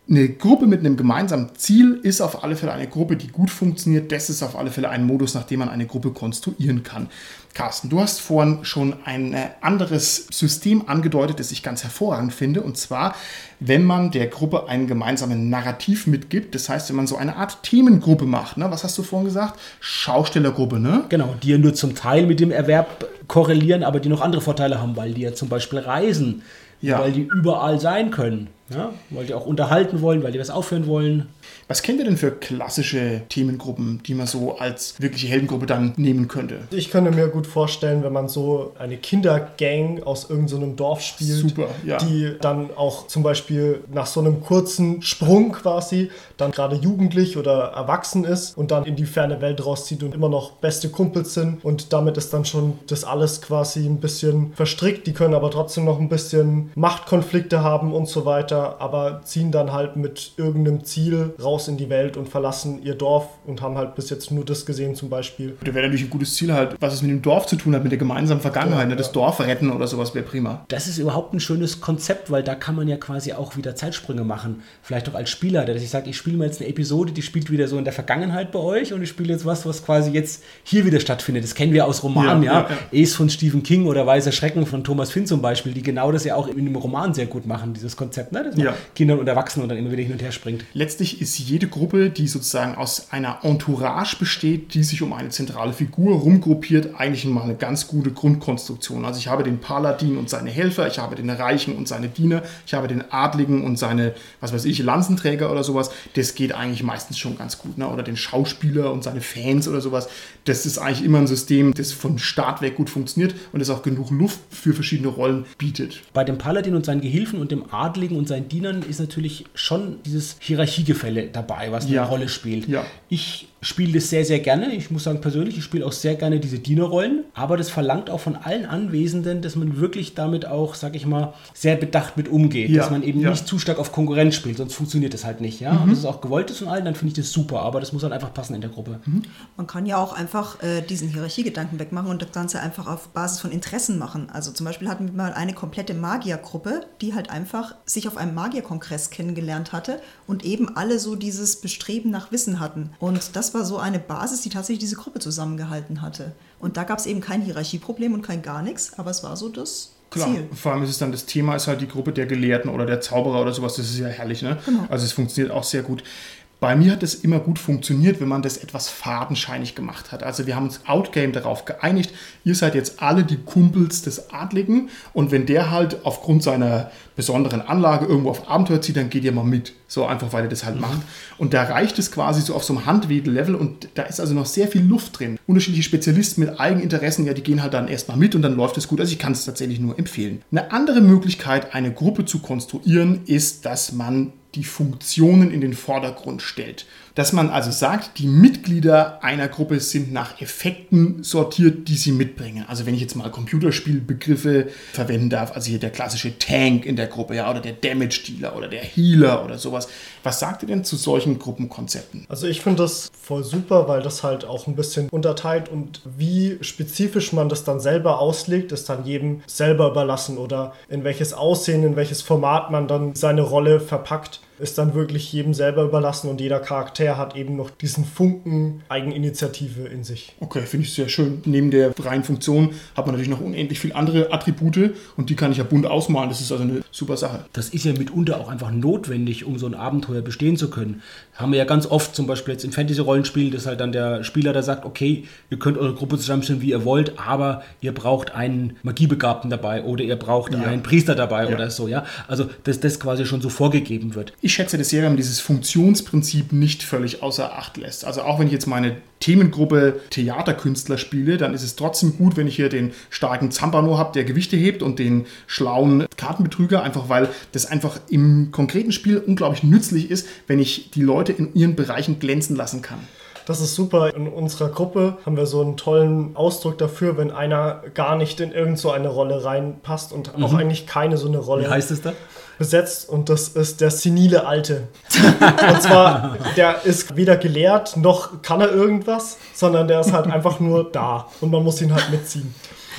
Eine Gruppe mit einem gemeinsamen Ziel ist auf alle Fälle eine Gruppe, die gut funktioniert. Das ist auf alle Fälle ein Modus, nach dem man eine Gruppe konstruieren kann. Carsten, du hast vorhin schon ein anderes System angedeutet, das ich ganz hervorragend finde. Und zwar, wenn man der Gruppe einen gemeinsamen Narrativ mitgibt. Das heißt, wenn man so eine Art Themengruppe macht. Ne? Was hast du vorhin gesagt? Schaustellergruppe, ne? Genau, die ja nur zum Teil mit dem Erwerb korrelieren, aber die noch andere Vorteile haben, weil die ja zum Beispiel reisen, weil die überall sein können. Ja? Weil die auch unterhalten wollen, weil die was aufhören wollen. Was kennt ihr denn für klassische Themengruppen, die man so als wirkliche Heldengruppe dann nehmen könnte? Ich könnte mir gut vorstellen, wenn man so eine Kindergang aus irgendeinem Dorf spielt, super, ja. Die dann auch zum Beispiel nach so einem kurzen Sprung quasi dann gerade jugendlich oder erwachsen ist und dann in die ferne Welt rauszieht und immer noch beste Kumpels sind und damit ist dann schon das alles quasi ein bisschen verstrickt. Die können aber trotzdem noch ein bisschen Machtkonflikte haben und so weiter, aber ziehen dann halt mit irgendeinem Ziel raus in die Welt und verlassen ihr Dorf und haben halt bis jetzt nur das gesehen zum Beispiel. Da wäre natürlich ein gutes Ziel halt, was es mit dem Dorf zu tun hat, mit der gemeinsamen Vergangenheit, ne? Das Dorf retten oder sowas wäre prima. Das ist überhaupt ein schönes Konzept, weil da kann man ja quasi auch wieder Zeitsprünge machen. Vielleicht auch als Spieler, dass ich sage, ich spiele mal jetzt eine Episode, die spielt wieder so in der Vergangenheit bei euch und ich spiele jetzt was quasi jetzt hier wieder stattfindet. Das kennen wir aus Romanen, ja. Ace von Stephen King oder Weißer Schrecken von Thomas Finn zum Beispiel, die genau das ja auch in dem Roman sehr gut machen, dieses Konzept, ne? Dass man Kindern und Erwachsenen und dann immer wieder hin und her springt. Letztlich ist jede Gruppe, die sozusagen aus einer Entourage besteht, die sich um eine zentrale Figur rumgruppiert, eigentlich mal eine ganz gute Grundkonstruktion. Also ich habe den Paladin und seine Helfer, ich habe den Reichen und seine Diener, ich habe den Adligen und seine, was weiß ich, Lanzenträger oder sowas. Das geht eigentlich meistens schon ganz gut, ne? Oder den Schauspieler und seine Fans oder sowas. Das ist eigentlich immer ein System, das von Start weg gut funktioniert und das auch genug Luft für verschiedene Rollen bietet. Bei dem Paladin und seinen Gehilfen und dem Adligen und seinen Dienern ist natürlich schon dieses Hierarchiegefälle dabei, was eine Rolle spielt. Ja. Ich spiele das sehr, sehr gerne. Ich muss sagen, persönlich, ich spiele auch sehr gerne diese Dienerrollen, aber das verlangt auch von allen Anwesenden, dass man wirklich damit auch, sag ich mal, sehr bedacht mit umgeht, dass man eben nicht zu stark auf Konkurrenz spielt, sonst funktioniert das halt nicht. Ja? Und das ist auch gewollt ist von allen, dann finde ich das super, aber das muss halt einfach passen in der Gruppe. Man kann ja auch einfach diesen Hierarchiegedanken wegmachen und das Ganze einfach auf Basis von Interessen machen. Also zum Beispiel hatten wir mal eine komplette Magiergruppe, die halt einfach sich auf einem Magierkongress kennengelernt hatte und eben alle so dieses Bestreben nach Wissen hatten. Und das war so eine Basis, die tatsächlich diese Gruppe zusammengehalten hatte. Und da gab es eben kein Hierarchieproblem und kein gar nichts, aber es war so das Klar, Ziel. vor allem ist es dann, das Thema ist halt die Gruppe der Gelehrten oder der Zauberer oder sowas, das ist ja herrlich, ne? Genau. Also es funktioniert auch sehr gut. Bei mir hat es immer gut funktioniert, wenn man das etwas fadenscheinig gemacht hat. Also wir haben uns Outgame darauf geeinigt, ihr seid jetzt alle die Kumpels des Adligen und wenn der halt aufgrund seiner besonderen Anlage irgendwo auf Abenteuer zieht, dann geht ihr mal mit. So einfach, weil er das halt macht. Und da reicht es quasi so auf so einem Handwedel-Level und da ist also noch sehr viel Luft drin. Unterschiedliche Spezialisten mit Eigeninteressen, ja, die gehen halt dann erstmal mit und dann läuft es gut. Also ich kann es tatsächlich nur empfehlen. Eine andere Möglichkeit, eine Gruppe zu konstruieren, ist, dass man die Funktionen in den Vordergrund stellt. Dass man also sagt, die Mitglieder einer Gruppe sind nach Effekten sortiert, die sie mitbringen. Also wenn ich jetzt mal Computerspielbegriffe verwenden darf, also hier der klassische Tank in der Gruppe, ja, oder der Damage-Dealer oder der Healer oder sowas. Was sagt ihr denn zu solchen Gruppenkonzepten? Also ich finde das voll super, weil das halt auch ein bisschen unterteilt und wie spezifisch man das dann selber auslegt, ist dann jedem selber überlassen oder in welches Aussehen, in welches Format man dann seine Rolle verpackt, ist dann wirklich jedem selber überlassen und jeder Charakter hat eben noch diesen Funken Eigeninitiative in sich. Okay, finde ich sehr schön. Neben der reinen Funktion hat man natürlich noch unendlich viele andere Attribute und die kann ich ja bunt ausmalen. Das ist also eine super Sache. Das ist ja mitunter auch einfach notwendig, um so ein Abenteuer bestehen zu können. Haben wir ja ganz oft, zum Beispiel jetzt in Fantasy-Rollenspielen, dass halt dann der Spieler da sagt, okay, ihr könnt eure Gruppe zusammenstellen, wie ihr wollt, aber ihr braucht einen Magiebegabten dabei oder ihr braucht einen Priester dabei oder so, ja. Also, dass das quasi schon so vorgegeben wird. Ich schätze, dass Seriam dieses Funktionsprinzip nicht völlig außer Acht lässt. Also auch wenn ich jetzt meine Themengruppe Theaterkünstler spiele, dann ist es trotzdem gut, wenn ich hier den starken Zampano habe, der Gewichte hebt und den schlauen Kartenbetrüger, einfach weil das einfach im konkreten Spiel unglaublich nützlich ist, wenn ich die Leute in ihren Bereichen glänzen lassen kann. Das ist super. In unserer Gruppe haben wir so einen tollen Ausdruck dafür, wenn einer gar nicht in irgend so eine Rolle reinpasst und auch eigentlich keine so eine Rolle. Wie heißt es da? Besetzt und das ist der senile Alte. Und zwar, der ist weder gelehrt, noch kann er irgendwas, sondern der ist halt einfach nur da und man muss ihn halt mitziehen.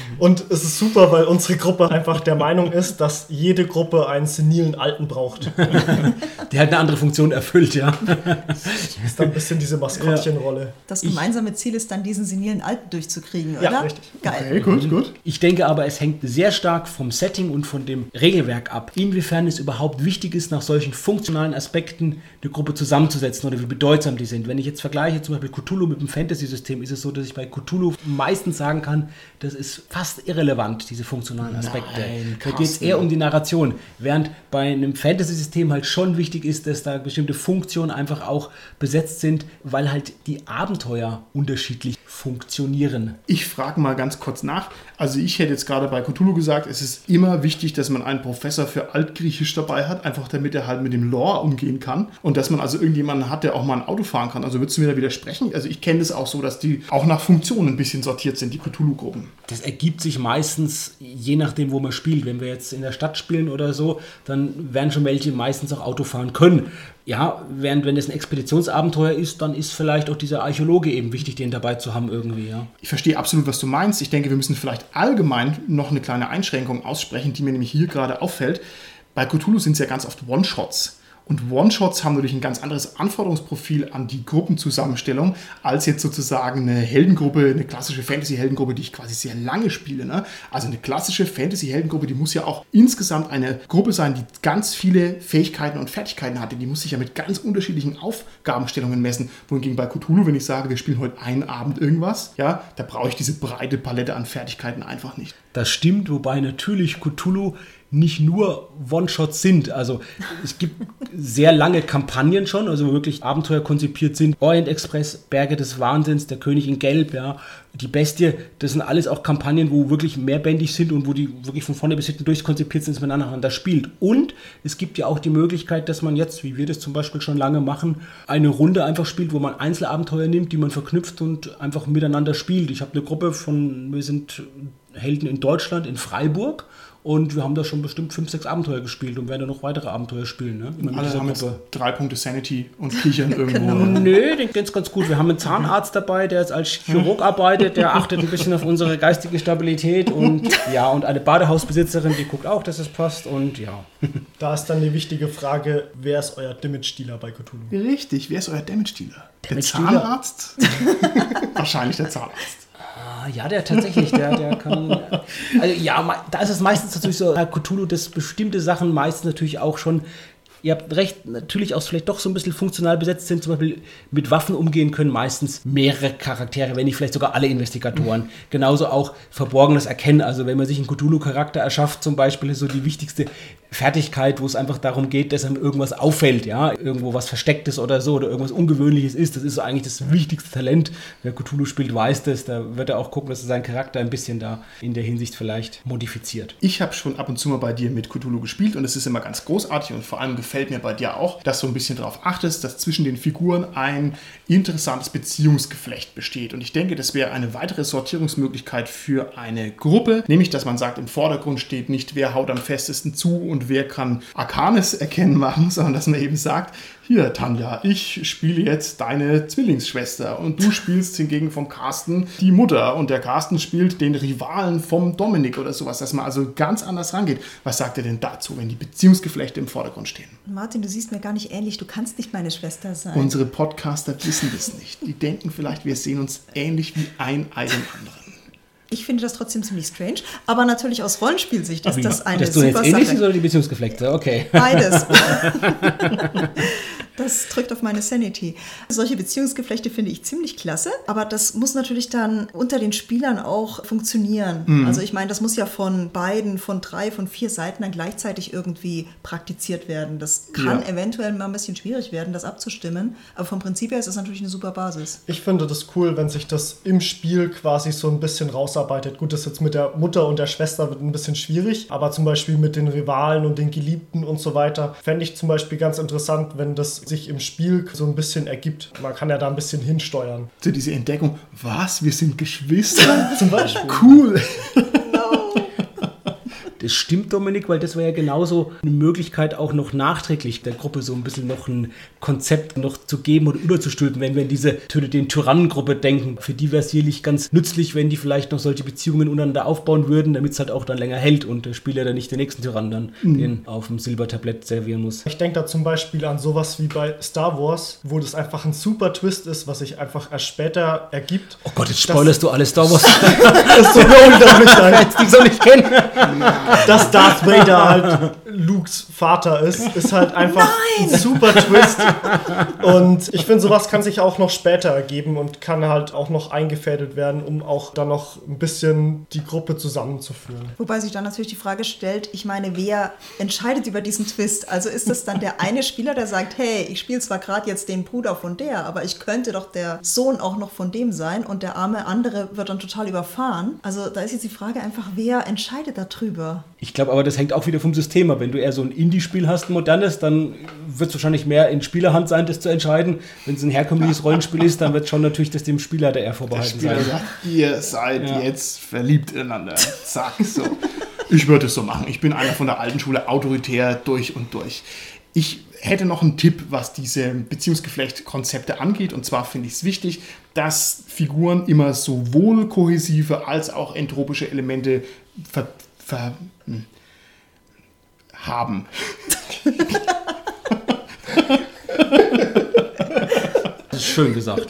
Und es ist super, weil unsere Gruppe einfach der Meinung ist, dass jede Gruppe einen senilen Alten braucht. Der halt eine andere Funktion erfüllt, ja. Das ist dann ein bisschen diese Maskottchenrolle. Das gemeinsame Ziel ist dann, diesen senilen Alten durchzukriegen, oder? Ja, richtig. Geil. Okay, gut. Ich denke aber, es hängt sehr stark vom Setting und von dem Regelwerk ab, inwiefern es überhaupt wichtig ist, nach solchen funktionalen Aspekten eine Gruppe zusammenzusetzen oder wie bedeutsam die sind. Wenn ich jetzt vergleiche, zum Beispiel Cthulhu mit dem Fantasy-System, ist es so, dass ich bei Cthulhu meistens sagen kann, das ist fast irrelevant, diese funktionalen Aspekte. Nein, Da geht es eher um die Narration. Während bei einem Fantasy-System halt schon wichtig ist, dass da bestimmte Funktionen einfach auch besetzt sind, weil halt die Abenteuer unterschiedlich funktionieren. Ich frage mal ganz kurz nach. Also ich hätte jetzt gerade bei Cthulhu gesagt, es ist immer wichtig, dass man einen Professor für Altgriechisch dabei hat, einfach damit er halt mit dem Lore umgehen kann und dass man also irgendjemanden hat, der auch mal ein Auto fahren kann. Also würdest du mir da widersprechen? Also ich kenne das auch so, dass die auch nach Funktionen ein bisschen sortiert sind, die Cthulhu-Gruppen. Das ergibt sich meistens, je nachdem, wo man spielt. Wenn wir jetzt in der Stadt spielen oder so, dann werden schon welche meistens auch Auto fahren können. Ja, während wenn es ein Expeditionsabenteuer ist, dann ist vielleicht auch dieser Archäologe eben wichtig, den dabei zu haben irgendwie, ja. Ich verstehe absolut, was du meinst. Ich denke, wir müssen vielleicht allgemein noch eine kleine Einschränkung aussprechen, die mir nämlich hier gerade auffällt. Bei Cthulhu sind es ja ganz oft One-Shots. Und One-Shots haben natürlich ein ganz anderes Anforderungsprofil an die Gruppenzusammenstellung, als jetzt sozusagen eine Heldengruppe, eine klassische Fantasy-Heldengruppe, die ich quasi sehr lange spiele. Ne? Also eine klassische Fantasy-Heldengruppe, die muss ja auch insgesamt eine Gruppe sein, die ganz viele Fähigkeiten und Fertigkeiten hat. Denn die muss sich ja mit ganz unterschiedlichen Aufgabenstellungen messen. Wohingegen bei Cthulhu, wenn ich sage, wir spielen heute einen Abend irgendwas, ja, da brauche ich diese breite Palette an Fertigkeiten einfach nicht. Das stimmt, wobei natürlich Cthulhu nicht nur One-Shots sind. Also es gibt sehr lange Kampagnen schon, also wo wirklich Abenteuer konzipiert sind. Orient Express, Berge des Wahnsinns, der König in Gelb, ja, die Bestie, das sind alles auch Kampagnen, wo wirklich mehrbändig sind und wo die wirklich von vorne bis hinten durchkonzipiert sind, dass man nacheinander spielt. Und es gibt ja auch die Möglichkeit, dass man jetzt, wie wir das zum Beispiel schon lange machen, eine Runde einfach spielt, wo man Einzelabenteuer nimmt, die man verknüpft und einfach miteinander spielt. Ich habe eine Gruppe wir sind Helden in Deutschland, in Freiburg. Und wir haben da schon bestimmt 5, 6 Abenteuer gespielt und werden da noch weitere Abenteuer spielen. Ne? Und alle haben jetzt 3 Punkte Sanity und kichern irgendwo. Genau. Nö, den geht's ganz gut. Wir haben einen Zahnarzt dabei, der jetzt als Chirurg arbeitet, der achtet ein bisschen auf unsere geistige Stabilität und ja, und eine Badehausbesitzerin, die guckt auch, dass es passt und ja. Da ist dann die wichtige Frage, wer ist euer Damage-Dealer bei Cthulhu? Richtig, wer ist euer Damage-Dealer? Der Damage-Dealer? Zahnarzt? Wahrscheinlich der Zahnarzt. Ja, der tatsächlich, der kann. Also ja, da ist es meistens natürlich so, bei Cthulhu, dass bestimmte Sachen meistens natürlich auch schon, ihr habt recht, natürlich auch vielleicht doch so ein bisschen funktional besetzt sind, zum Beispiel mit Waffen umgehen können meistens mehrere Charaktere, wenn nicht vielleicht sogar alle Investigatoren. Genauso auch Verborgenes erkennen, also wenn man sich einen Cthulhu-Charakter erschafft, zum Beispiel ist so die wichtigste Fertigkeit, wo es einfach darum geht, dass einem irgendwas auffällt, ja, irgendwo was Verstecktes oder so oder irgendwas Ungewöhnliches ist. Das ist so eigentlich das wichtigste Talent. Wer Cthulhu spielt, weiß das. Da wird er auch gucken, dass er seinen Charakter ein bisschen da in der Hinsicht vielleicht modifiziert. Ich habe schon ab und zu mal bei dir mit Cthulhu gespielt und es ist immer ganz großartig und vor allem gefällt mir bei dir auch, dass du ein bisschen darauf achtest, dass zwischen den Figuren ein interessantes Beziehungsgeflecht besteht. Und ich denke, das wäre eine weitere Sortierungsmöglichkeit für eine Gruppe, nämlich, dass man sagt, im Vordergrund steht nicht, wer haut am festesten zu und wer kann Arcanes erkennen machen, sondern dass man eben sagt, hier Tanja, ich spiele jetzt deine Zwillingsschwester und du spielst hingegen vom Carsten die Mutter und der Carsten spielt den Rivalen vom Dominik oder sowas, dass man also ganz anders rangeht. Was sagt ihr denn dazu, wenn die Beziehungsgeflechte im Vordergrund stehen? Martin, du siehst mir gar nicht ähnlich, du kannst nicht meine Schwester sein. Unsere Podcaster wissen das nicht. Die denken vielleicht, wir sehen uns ähnlich wie ein Ei dem anderen. Ich finde das trotzdem ziemlich strange, aber natürlich aus Rollenspielsicht ist das eine dass du jetzt super ähnlich Sache. sind oder die Beziehungsgeflechte? Okay. Beides. Das drückt auf meine Sanity. Solche Beziehungsgeflechte finde ich ziemlich klasse, aber das muss natürlich dann unter den Spielern auch funktionieren. Mhm. Also ich meine, das muss ja von beiden, von 3, von 4 Seiten dann gleichzeitig irgendwie praktiziert werden. Das kann eventuell mal ein bisschen schwierig werden, das abzustimmen, aber vom Prinzip her ist das natürlich eine super Basis. Ich finde das cool, wenn sich das im Spiel quasi so ein bisschen rausarbeitet. Gut, das jetzt mit der Mutter und der Schwester wird ein bisschen schwierig, aber zum Beispiel mit den Rivalen und den Geliebten und so weiter, fände ich zum Beispiel ganz interessant, wenn das sich im Spiel so ein bisschen ergibt. Man kann ja da ein bisschen hinsteuern. So diese Entdeckung, was, wir sind Geschwister? Zum Beispiel. Cool. Das stimmt, Dominik, weil das wäre ja genauso eine Möglichkeit, auch noch nachträglich der Gruppe so ein bisschen noch ein Konzept noch zu geben oder überzustülpen, wenn wir in diese den Tyrannengruppe denken. Für die wäre es sicherlich ganz nützlich, wenn die vielleicht noch solche Beziehungen untereinander aufbauen würden, damit es halt auch dann länger hält und der Spieler dann nicht den nächsten Tyrannen dann den auf dem Silbertablett servieren muss. Ich denke da zum Beispiel an sowas wie bei Star Wars, wo das einfach ein super Twist ist, was sich einfach erst später ergibt. Oh Gott, jetzt spoilerst du alles Star Wars. Das so Die soll ich kennen. Dass Darth Vader halt Lukes Vater ist halt einfach ein super Twist. Und ich finde, sowas kann sich auch noch später ergeben und kann halt auch noch eingefädelt werden, um auch dann noch ein bisschen die Gruppe zusammenzuführen. Wobei sich dann natürlich die Frage stellt, ich meine, wer entscheidet über diesen Twist? Also ist das dann der eine Spieler, der sagt, hey, ich spiele zwar gerade jetzt den Bruder von der, aber ich könnte doch der Sohn auch noch von dem sein und der arme andere wird dann total überfahren. Also da ist jetzt die Frage einfach, wer entscheidet darüber? Ich glaube aber, das hängt auch wieder vom System ab. Wenn du eher so ein Indie-Spiel hast, ein modernes, dann wird es wahrscheinlich mehr in Spielerhand sein, das zu entscheiden. Wenn es ein herkömmliches Rollenspiel ist, dann wird schon natürlich das dem Spieler der eher vorbehalten sein. Sagt, ihr seid jetzt verliebt ineinander. Zack, so. Ich würde es so machen. Ich bin einer von der alten Schule, autoritär durch und durch. Ich hätte noch einen Tipp, was diese Beziehungsgeflecht-Konzepte angeht. Und zwar finde ich es wichtig, dass Figuren immer sowohl kohäsive als auch entropische Elemente haben. Das ist schön gesagt.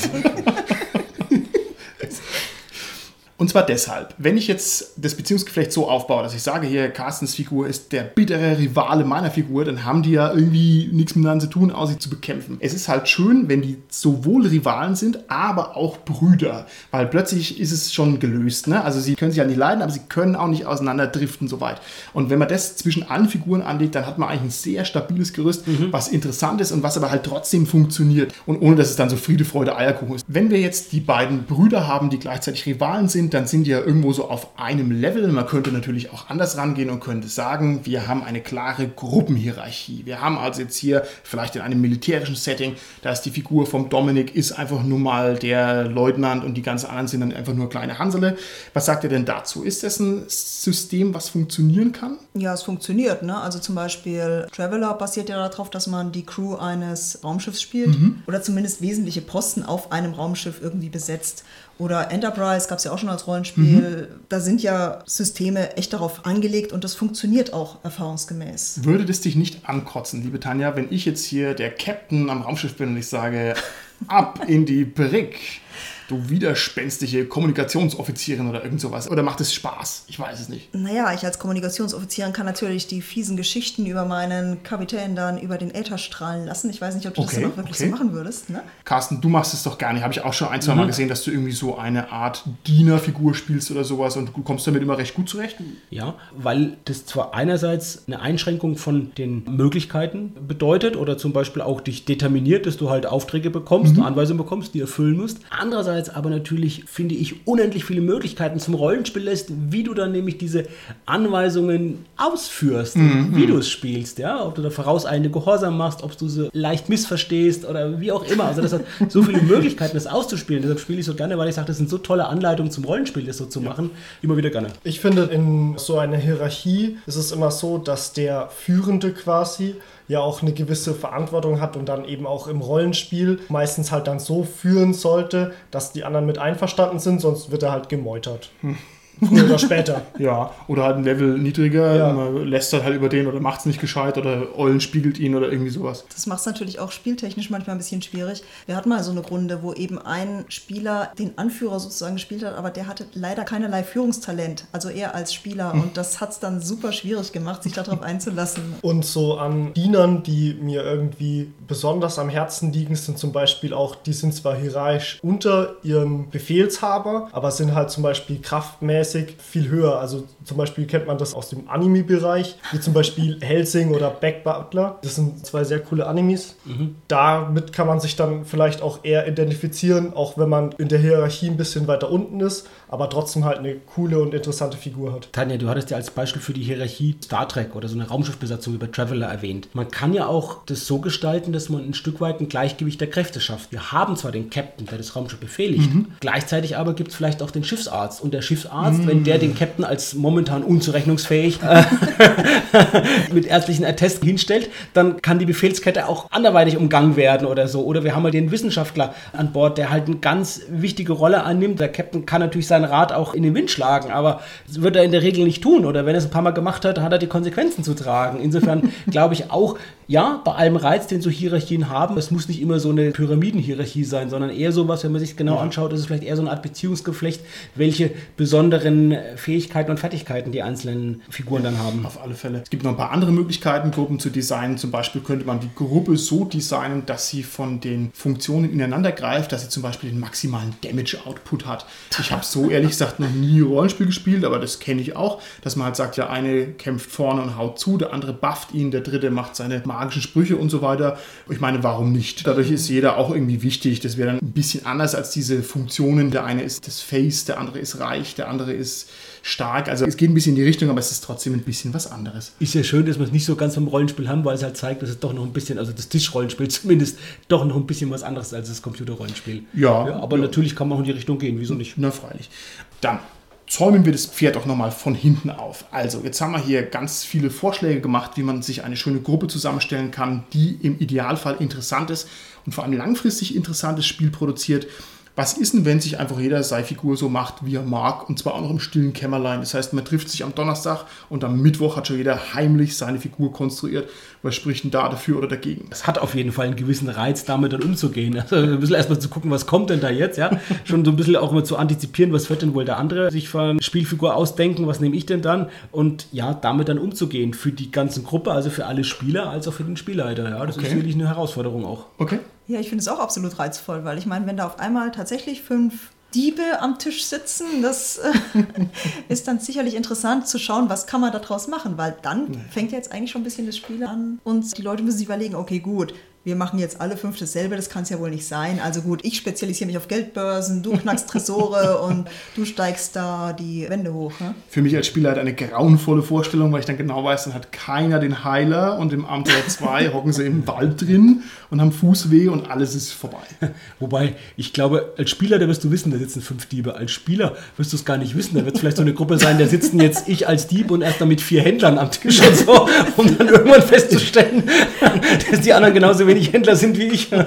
Und zwar deshalb, wenn ich jetzt das Beziehungsgeflecht so aufbaue, dass ich sage, hier, Carstens Figur ist der bittere Rivale meiner Figur, dann haben die ja irgendwie nichts miteinander zu tun, außer sie zu bekämpfen. Es ist halt schön, wenn die sowohl Rivalen sind, aber auch Brüder, weil plötzlich ist es schon gelöst. Ne? Also sie können sich ja nicht leiden, aber sie können auch nicht auseinanderdriften so weit. Und wenn man das zwischen allen Figuren anlegt, dann hat man eigentlich ein sehr stabiles Gerüst, was interessant ist und was aber halt trotzdem funktioniert. Und ohne, dass es dann so Friede, Freude, Eierkuchen ist. Wenn wir jetzt die beiden Brüder haben, die gleichzeitig Rivalen sind, dann sind die ja irgendwo so auf einem Level. Man könnte natürlich auch anders rangehen und könnte sagen, wir haben eine klare Gruppenhierarchie. Wir haben also jetzt hier vielleicht in einem militärischen Setting, da ist die Figur vom Dominik ist einfach nur mal der Leutnant und die ganzen anderen sind dann einfach nur kleine Hansele. Was sagt ihr denn dazu? Ist das ein System, was funktionieren kann? Ja, es funktioniert. Ne? Also zum Beispiel Traveler basiert ja darauf, dass man die Crew eines Raumschiffs spielt oder zumindest wesentliche Posten auf einem Raumschiff irgendwie besetzt. Oder Enterprise gab es ja auch schon als Rollenspiel. Da sind ja Systeme echt darauf angelegt und das funktioniert auch erfahrungsgemäß. Würde das dich nicht ankotzen, liebe Tanja, wenn ich jetzt hier der Captain am Raumschiff bin und ich sage, ab in die Brick, du widerspenstige Kommunikationsoffizierin oder irgend sowas? Oder macht es Spaß? Ich weiß es nicht. Naja, ich als Kommunikationsoffizierin kann natürlich die fiesen Geschichten über meinen Kapitän dann über den Äther strahlen lassen. Ich weiß nicht, ob du das dann auch wirklich so machen würdest. Ne? Carsten, du machst es doch gar nicht. Habe ich auch schon ein, zwei Mal gesehen, dass du irgendwie so eine Art Dienerfigur spielst oder sowas und du kommst damit immer recht gut zurecht. Ja, weil das zwar einerseits eine Einschränkung von den Möglichkeiten bedeutet oder zum Beispiel auch dich determiniert, dass du halt Aufträge bekommst, Anweisungen bekommst, die erfüllen musst. Andererseits aber natürlich, finde ich, unendlich viele Möglichkeiten zum Rollenspiel lässt, wie du dann nämlich diese Anweisungen ausführst, wie du es spielst, ja, ob du da vorauseilende Gehorsam machst, ob du sie leicht missverstehst oder wie auch immer. Also das hat so viele Möglichkeiten, das auszuspielen. Deshalb spiele ich so gerne, weil ich sage, das sind so tolle Anleitungen zum Rollenspiel, das so zu machen. Immer wieder gerne. Ich finde, in so einer Hierarchie ist es immer so, dass der Führende quasi ja auch eine gewisse Verantwortung hat und dann eben auch im Rollenspiel meistens halt dann so führen sollte, dass die anderen mit einverstanden sind, sonst wird er halt gemeutert. Früher oder später. Ja, oder halt ein Level niedriger, Ja. man lästert halt über den oder macht es nicht gescheit oder Eulen spiegelt ihn oder irgendwie sowas. Das macht es natürlich auch spieltechnisch manchmal ein bisschen schwierig. Wir hatten mal so eine Runde, wo eben ein Spieler den Anführer sozusagen gespielt hat, aber der hatte leider keinerlei Führungstalent, also er als Spieler. Und das hat es dann super schwierig gemacht, sich darauf einzulassen. Und so an Dienern, die mir irgendwie besonders am Herzen liegen, sind zum Beispiel auch, die sind zwar hierarchisch unter ihrem Befehlshaber, aber sind halt zum Beispiel kraftmäßig viel höher. Also zum Beispiel kennt man das aus dem Anime-Bereich, wie zum Beispiel Hellsing oder Back Butler. Das sind zwei sehr coole Animes. Damit kann man sich dann vielleicht auch eher identifizieren, auch wenn man in der Hierarchie ein bisschen weiter unten ist, aber trotzdem halt eine coole und interessante Figur hat. Tanja, du hattest ja als Beispiel für die Hierarchie Star Trek oder so eine Raumschiffbesatzung über Traveler erwähnt. Man kann ja auch das so gestalten, dass man ein Stück weit ein Gleichgewicht der Kräfte schafft. Wir haben zwar den Captain, der das Raumschiff befehligt, gleichzeitig aber gibt es vielleicht auch den Schiffsarzt. Und der Schiffsarzt kannst, wenn der den Captain als momentan unzurechnungsfähig mit ärztlichen Attest hinstellt, dann kann die Befehlskette auch anderweitig umgangen werden oder so. Oder wir haben halt den Wissenschaftler an Bord, der halt eine ganz wichtige Rolle annimmt. Der Captain kann natürlich seinen Rat auch in den Wind schlagen, aber das wird er in der Regel nicht tun. Oder wenn er es ein paar Mal gemacht hat, hat er die Konsequenzen zu tragen. Insofern glaube ich auch, ja, bei allem Reiz, den so Hierarchien haben, es muss nicht immer so eine Pyramidenhierarchie sein, sondern eher sowas, wenn man sich genau anschaut, ist es vielleicht eher so eine Art Beziehungsgeflecht, welche besonderen Fähigkeiten und Fertigkeiten die einzelnen Figuren dann haben. Auf alle Fälle. Es gibt noch ein paar andere Möglichkeiten, Gruppen zu designen. Zum Beispiel könnte man die Gruppe so designen, dass sie von den Funktionen ineinander greift, dass sie zum Beispiel den maximalen Damage-Output hat. Ich habe so ehrlich gesagt noch nie Rollenspiel gespielt, aber das kenne ich auch, dass man halt sagt, der eine kämpft vorne und haut zu, der andere bufft ihn, der dritte macht seine magischen Sprüche und so weiter. Ich meine, warum nicht? Dadurch ist jeder auch irgendwie wichtig. Das wäre dann ein bisschen anders als diese Funktionen. Der eine ist das Face, der andere ist reich, der andere ist stark. Also es geht ein bisschen in die Richtung, aber es ist trotzdem ein bisschen was anderes. Ist ja schön, dass wir es nicht so ganz vom Rollenspiel haben, weil es halt zeigt, dass es doch noch ein bisschen, also das Tischrollenspiel zumindest, doch noch ein bisschen was anderes als das Computerrollenspiel. Ja, aber natürlich kann man auch in die Richtung gehen, wieso nicht? Na, freilich. Dann zäumen wir das Pferd auch nochmal von hinten auf. Also, jetzt haben wir hier ganz viele Vorschläge gemacht, wie man sich eine schöne Gruppe zusammenstellen kann, die im Idealfall interessant ist und vor allem langfristig interessantes Spiel produziert. Was ist denn, wenn sich einfach jeder seine Figur so macht, wie er mag, und zwar auch noch im stillen Kämmerlein? Das heißt, man trifft sich am Donnerstag und am Mittwoch hat schon jeder heimlich seine Figur konstruiert. Was spricht denn da dafür oder dagegen? Es hat auf jeden Fall einen gewissen Reiz, damit dann umzugehen. Also ein bisschen erstmal zu gucken, was kommt denn da jetzt, ja? Schon so ein bisschen auch mal zu antizipieren, was wird denn wohl der andere sich für eine Spielfigur ausdenken, was nehme ich denn dann? Und ja, damit dann umzugehen für die ganze Gruppe, also für alle Spieler, als auch für den Spielleiter. Ja, das ist wirklich eine Herausforderung auch. Okay. Ja, ich finde es auch absolut reizvoll, weil ich meine, wenn da auf einmal tatsächlich 5 Diebe am Tisch sitzen, das ist dann sicherlich interessant zu schauen, was kann man daraus machen, weil dann fängt jetzt eigentlich schon ein bisschen das Spiel an und die Leute müssen sich überlegen, okay, gut, wir machen jetzt alle 5 dasselbe, das kann es ja wohl nicht sein. Also gut, ich spezialisiere mich auf Geldbörsen, du knackst Tresore und du steigst da die Wände hoch. Ne? Für mich als Spieler halt eine grauenvolle Vorstellung, weil ich dann genau weiß, dann hat keiner den Heiler und im Abenteuer 2 hocken sie im Wald drin und haben Fußweh und alles ist vorbei. Wobei, ich glaube, als Spieler, da wirst du wissen, da sitzen 5 Diebe. Als Spieler wirst du es gar nicht wissen. Da wird es vielleicht so eine Gruppe sein, da sitzen jetzt ich als Dieb und erst dann mit 4 Händlern am Tisch und so, um dann irgendwann festzustellen, dass die anderen genauso wenig Händler sind wie ich.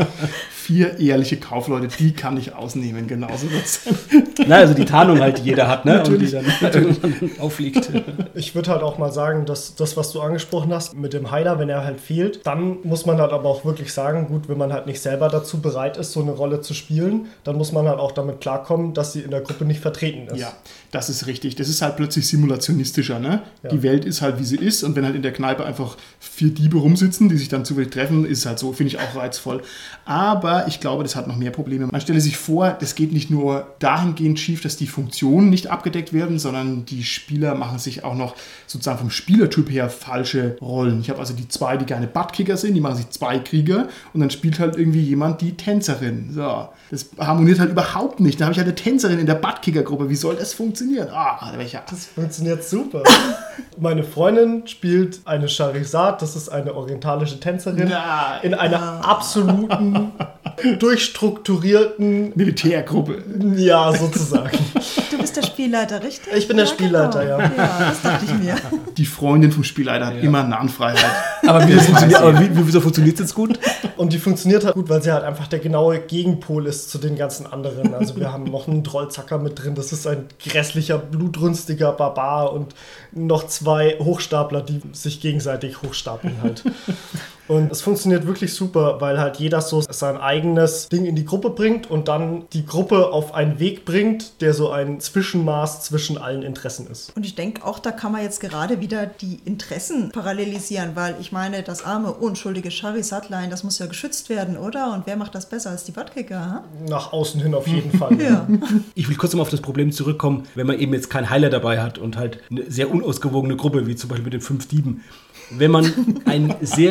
4 ehrliche Kaufleute, die kann ich ausnehmen, genauso wird es sein. Na, also die Tarnung halt, die jeder hat, ne? Natürlich. Und die dann irgendwann auffliegt. Ich würde halt auch mal sagen, dass das, was du angesprochen hast, mit dem Heiler, wenn er halt fehlt, dann muss man halt aber auch wirklich sagen, gut, wenn man halt nicht selber dazu bereit ist, so eine Rolle zu spielen, dann muss man halt auch damit klarkommen, dass sie in der Gruppe nicht vertreten ist. Ja, das ist richtig. Das ist halt plötzlich simulationistischer, ne? Ja. Die Welt ist halt, wie sie ist, und wenn halt in der Kneipe einfach 4 Diebe rumsitzen, die sich dann zufällig treffen, ist halt so, finde ich auch reizvoll. Aber ich glaube, das hat noch mehr Probleme. Man stelle sich vor, das geht nicht nur dahingehend schief, dass die Funktionen nicht abgedeckt werden, sondern die Spieler machen sich auch noch sozusagen vom Spielertyp her falsche Rollen. Ich habe also die 2, die gerne Buttkicker sind, die machen sich 2 Krieger und dann spielt halt irgendwie jemand die Tänzerin. So, das harmoniert halt überhaupt nicht. Da habe ich halt eine Tänzerin in der Buttkicker-Gruppe. Wie soll das funktionieren? Das funktioniert super. Meine Freundin spielt eine Charizard, das ist eine orientalische Tänzerin, in einer absoluten, durchstrukturierten Militärgruppe. Ja, sozusagen. Du bist der Spielleiter, richtig? Ich bin der Spielleiter, genau. Ja, das dachte ich mir. Die Freundin vom Spielleiter hat immer Narrenfreiheit. Aber wieso funktioniert es jetzt gut? Und die funktioniert halt gut, weil sie halt einfach der genaue Gegenpol ist zu den ganzen anderen. Also wir haben noch einen Trollzacker mit drin, das ist ein grässlicher, blutrünstiger Barbar und noch 2 Hochstapler, die sich gegenseitig hochstapeln halt. Und es funktioniert wirklich super, weil halt jeder so sein eigenes Ding in die Gruppe bringt und dann die Gruppe auf einen Weg bringt, der so ein Zwischenmaß zwischen allen Interessen ist. Und ich denke auch, da kann man jetzt gerade wieder die Interessen parallelisieren, weil ich meine, das arme, unschuldige Charizardlein, das muss ja geschützt werden, oder? Und wer macht das besser als die Buttkicker? Nach außen hin auf jeden Fall. Ja. Ich will kurz mal auf das Problem zurückkommen, wenn man eben jetzt keinen Heiler dabei hat und halt eine sehr unausgewogene Gruppe, wie zum Beispiel mit den 5 Dieben. Wenn man ein sehr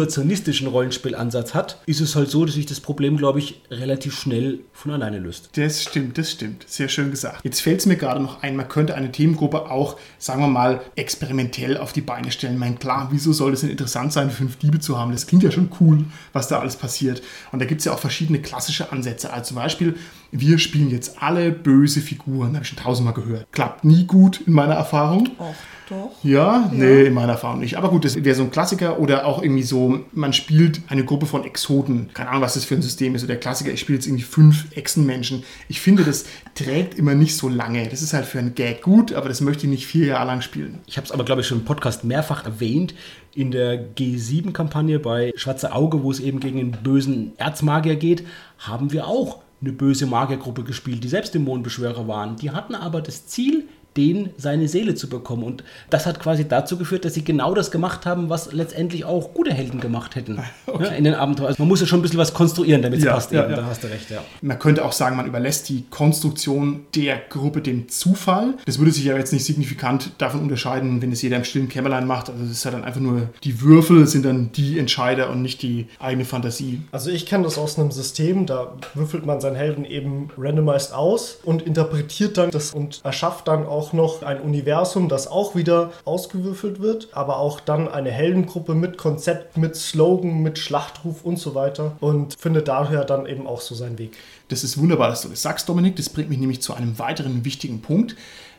simulationistischen Rollenspielansatz hat, ist es halt so, dass sich das Problem, glaube ich, relativ schnell von alleine löst. Das stimmt. Sehr schön gesagt. Jetzt fällt es mir gerade noch ein, man könnte eine Themengruppe auch, sagen wir mal, experimentell auf die Beine stellen. Ich meine, klar, wieso soll das denn interessant sein, 5 Diebe zu haben? Das klingt ja schon cool, was da alles passiert. Und da gibt es ja auch verschiedene klassische Ansätze. Also zum Beispiel, wir spielen jetzt alle böse Figuren. Habe ich schon 1000-mal gehört. Klappt nie gut in meiner Erfahrung. Och, doch. Ja, nee, in meiner Erfahrung nicht. Aber gut, das wäre so ein Klassiker. Oder auch irgendwie so, man spielt eine Gruppe von Exoten. Keine Ahnung, was das für ein System ist. So der Klassiker, ich spiele jetzt irgendwie 5 Echsenmenschen. Ich finde, das trägt immer nicht so lange. Das ist halt für einen Gag gut, aber das möchte ich nicht 4 Jahre lang spielen. Ich habe es aber, glaube ich, schon im Podcast mehrfach erwähnt. In der G7-Kampagne bei Schwarze Auge, wo es eben gegen einen bösen Erzmagier geht, haben wir auch eine böse Magiergruppe gespielt, die selbst Dämonenbeschwörer waren. Die hatten aber das Ziel, den seine Seele zu bekommen. Und das hat quasi dazu geführt, dass sie genau das gemacht haben, was letztendlich auch gute Helden gemacht hätten. Okay. Ja, in den Abenteuern. Also man muss ja schon ein bisschen was konstruieren, damit es passt. Ja. Da hast du recht, ja. Man könnte auch sagen, man überlässt die Konstruktion der Gruppe dem Zufall. Das würde sich ja jetzt nicht signifikant davon unterscheiden, wenn es jeder im stillen Kämmerlein macht. Also das ist ja dann einfach nur, die Würfel sind dann die Entscheider und nicht die eigene Fantasie. Also ich kenne das aus einem System, da würfelt man seinen Helden eben randomized aus und interpretiert dann das und erschafft dann auch noch ein Universum, das auch wieder ausgewürfelt wird, aber auch dann eine Heldengruppe mit Konzept, mit Slogan, mit Schlachtruf und so weiter und findet daher dann eben auch so seinen Weg. Das ist wunderbar, dass du das sagst, Dominik. Das bringt mich nämlich zu einem weiteren wichtigen Punkt.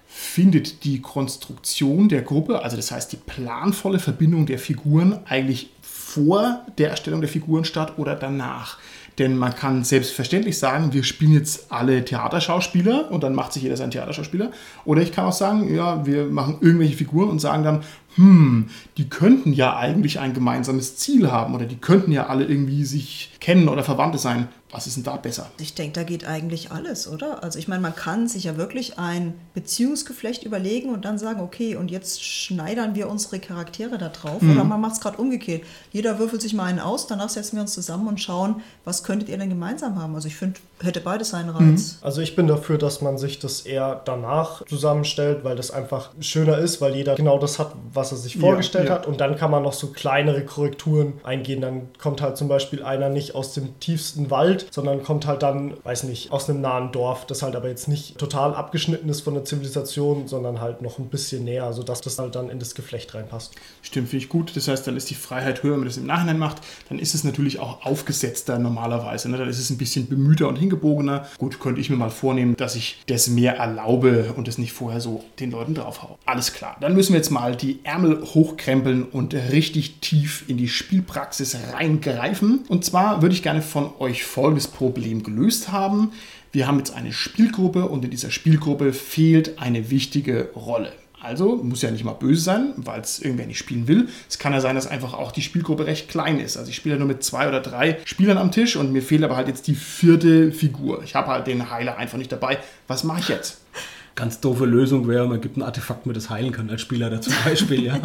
Findet die Konstruktion der Gruppe, also das heißt die planvolle Verbindung der Figuren, eigentlich vor der Erstellung der Figuren statt oder danach? Denn man kann selbstverständlich sagen, wir spielen jetzt alle Theaterschauspieler und dann macht sich jeder seinen Theaterschauspieler. Oder ich kann auch sagen, ja, wir machen irgendwelche Figuren und sagen dann, die könnten ja eigentlich ein gemeinsames Ziel haben oder die könnten ja alle irgendwie sich kennen oder Verwandte sein. Was ist denn da besser? Ich denke, da geht eigentlich alles, oder? Also ich meine, man kann sich ja wirklich ein Beziehungsgeflecht überlegen und dann sagen, okay, und jetzt schneidern wir unsere Charaktere da drauf. Oder man macht es gerade umgekehrt. Jeder würfelt sich mal einen aus, danach setzen wir uns zusammen und schauen, was könntet ihr denn gemeinsam haben? Also ich finde, hätte beides seinen Reiz. Also ich bin dafür, dass man sich das eher danach zusammenstellt, weil das einfach schöner ist, weil jeder genau das hat, was er sich vorgestellt hat. Und dann kann man noch so kleinere Korrekturen eingehen. Dann kommt halt zum Beispiel einer nicht aus dem tiefsten Wald, sondern kommt halt dann, weiß nicht, aus einem nahen Dorf, das halt aber jetzt nicht total abgeschnitten ist von der Zivilisation, sondern halt noch ein bisschen näher, sodass das halt dann in das Geflecht reinpasst. Stimmt, finde ich gut. Das heißt, dann ist die Freiheit höher, wenn man das im Nachhinein macht. Dann ist es natürlich auch aufgesetzter normalerweise. Ne? Dann ist es ein bisschen bemühter und hingebogener. Gut, könnte ich mir mal vornehmen, dass ich das mehr erlaube und das nicht vorher so den Leuten draufhaue. Alles klar. Dann müssen wir jetzt mal die Ärmel hochkrempeln und richtig tief in die Spielpraxis reingreifen. Und zwar würde ich gerne von euch folgendes Problem gelöst haben. Wir haben jetzt eine Spielgruppe und in dieser Spielgruppe fehlt eine wichtige Rolle. Also muss ja nicht mal böse sein, weil es irgendwer nicht spielen will. Es kann ja sein, dass einfach auch die Spielgruppe recht klein ist. Also ich spiele ja nur mit 2 oder 3 Spielern am Tisch und mir fehlt aber halt jetzt die 4. Figur. Ich habe halt den Heiler einfach nicht dabei. Was mache ich jetzt? Ganz doofe Lösung wäre, man gibt ein Artefakt, mit das heilen kann als Spieler da zum Beispiel, ja.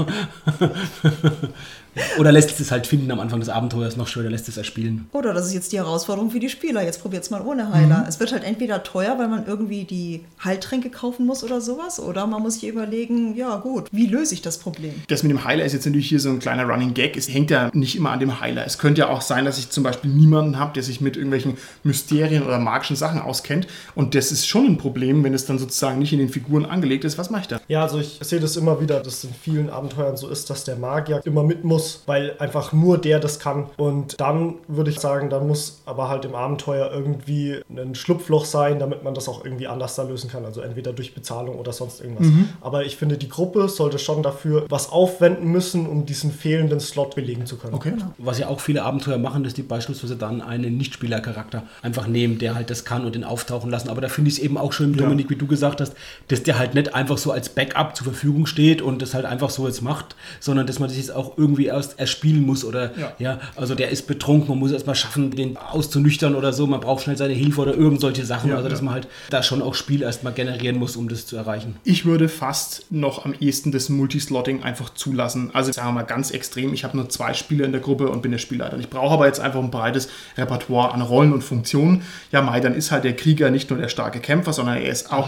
Oder lässt es halt finden am Anfang des Abenteuers noch schön, oder lässt es erspielen. Oder das ist jetzt die Herausforderung für die Spieler. Jetzt probiert es mal ohne Heiler. Es wird halt entweder teuer, weil man irgendwie die Heiltränke kaufen muss oder sowas. Oder man muss sich überlegen, ja gut, wie löse ich das Problem? Das mit dem Heiler ist jetzt natürlich hier so ein kleiner Running Gag. Es hängt ja nicht immer an dem Heiler. Es könnte ja auch sein, dass ich zum Beispiel niemanden habe, der sich mit irgendwelchen Mysterien oder magischen Sachen auskennt. Und das ist schon ein Problem, wenn es dann sozusagen nicht in den Figuren angelegt ist. Was mache ich da? Ja, also ich sehe das immer wieder, dass es in vielen Abenteuern so ist, dass der Magier immer mit muss, weil einfach nur der das kann. Und dann würde ich sagen, dann muss aber halt im Abenteuer irgendwie ein Schlupfloch sein, damit man das auch irgendwie anders da lösen kann. Also entweder durch Bezahlung oder sonst irgendwas. Aber ich finde, die Gruppe sollte schon dafür was aufwenden müssen, um diesen fehlenden Slot belegen zu können. Okay. Genau. Was ja auch viele Abenteuer machen, dass die beispielsweise dann einen Nichtspielercharakter einfach nehmen, der halt das kann und den auftauchen lassen. Aber da finde ich es eben auch schön, Dominik, wie du gesagt hast, dass der halt nicht einfach so als Backup zur Verfügung steht und das halt einfach so jetzt macht, sondern dass man das jetzt auch irgendwie erst erspielen muss oder also der ist betrunken, man muss erstmal schaffen, den auszunüchtern oder so, man braucht schnell seine Hilfe oder irgend solche Sachen, dass man halt da schon auch Spiel erstmal generieren muss, um das zu erreichen. Ich würde fast noch am ehesten das Multislotting einfach zulassen. Also sagen wir mal ganz extrem, ich habe nur 2 Spieler in der Gruppe und bin der Spielleiter. Ich brauche aber jetzt einfach ein breites Repertoire an Rollen und Funktionen. Ja, Mai, dann ist halt der Krieger nicht nur der starke Kämpfer, sondern er ist auch noch der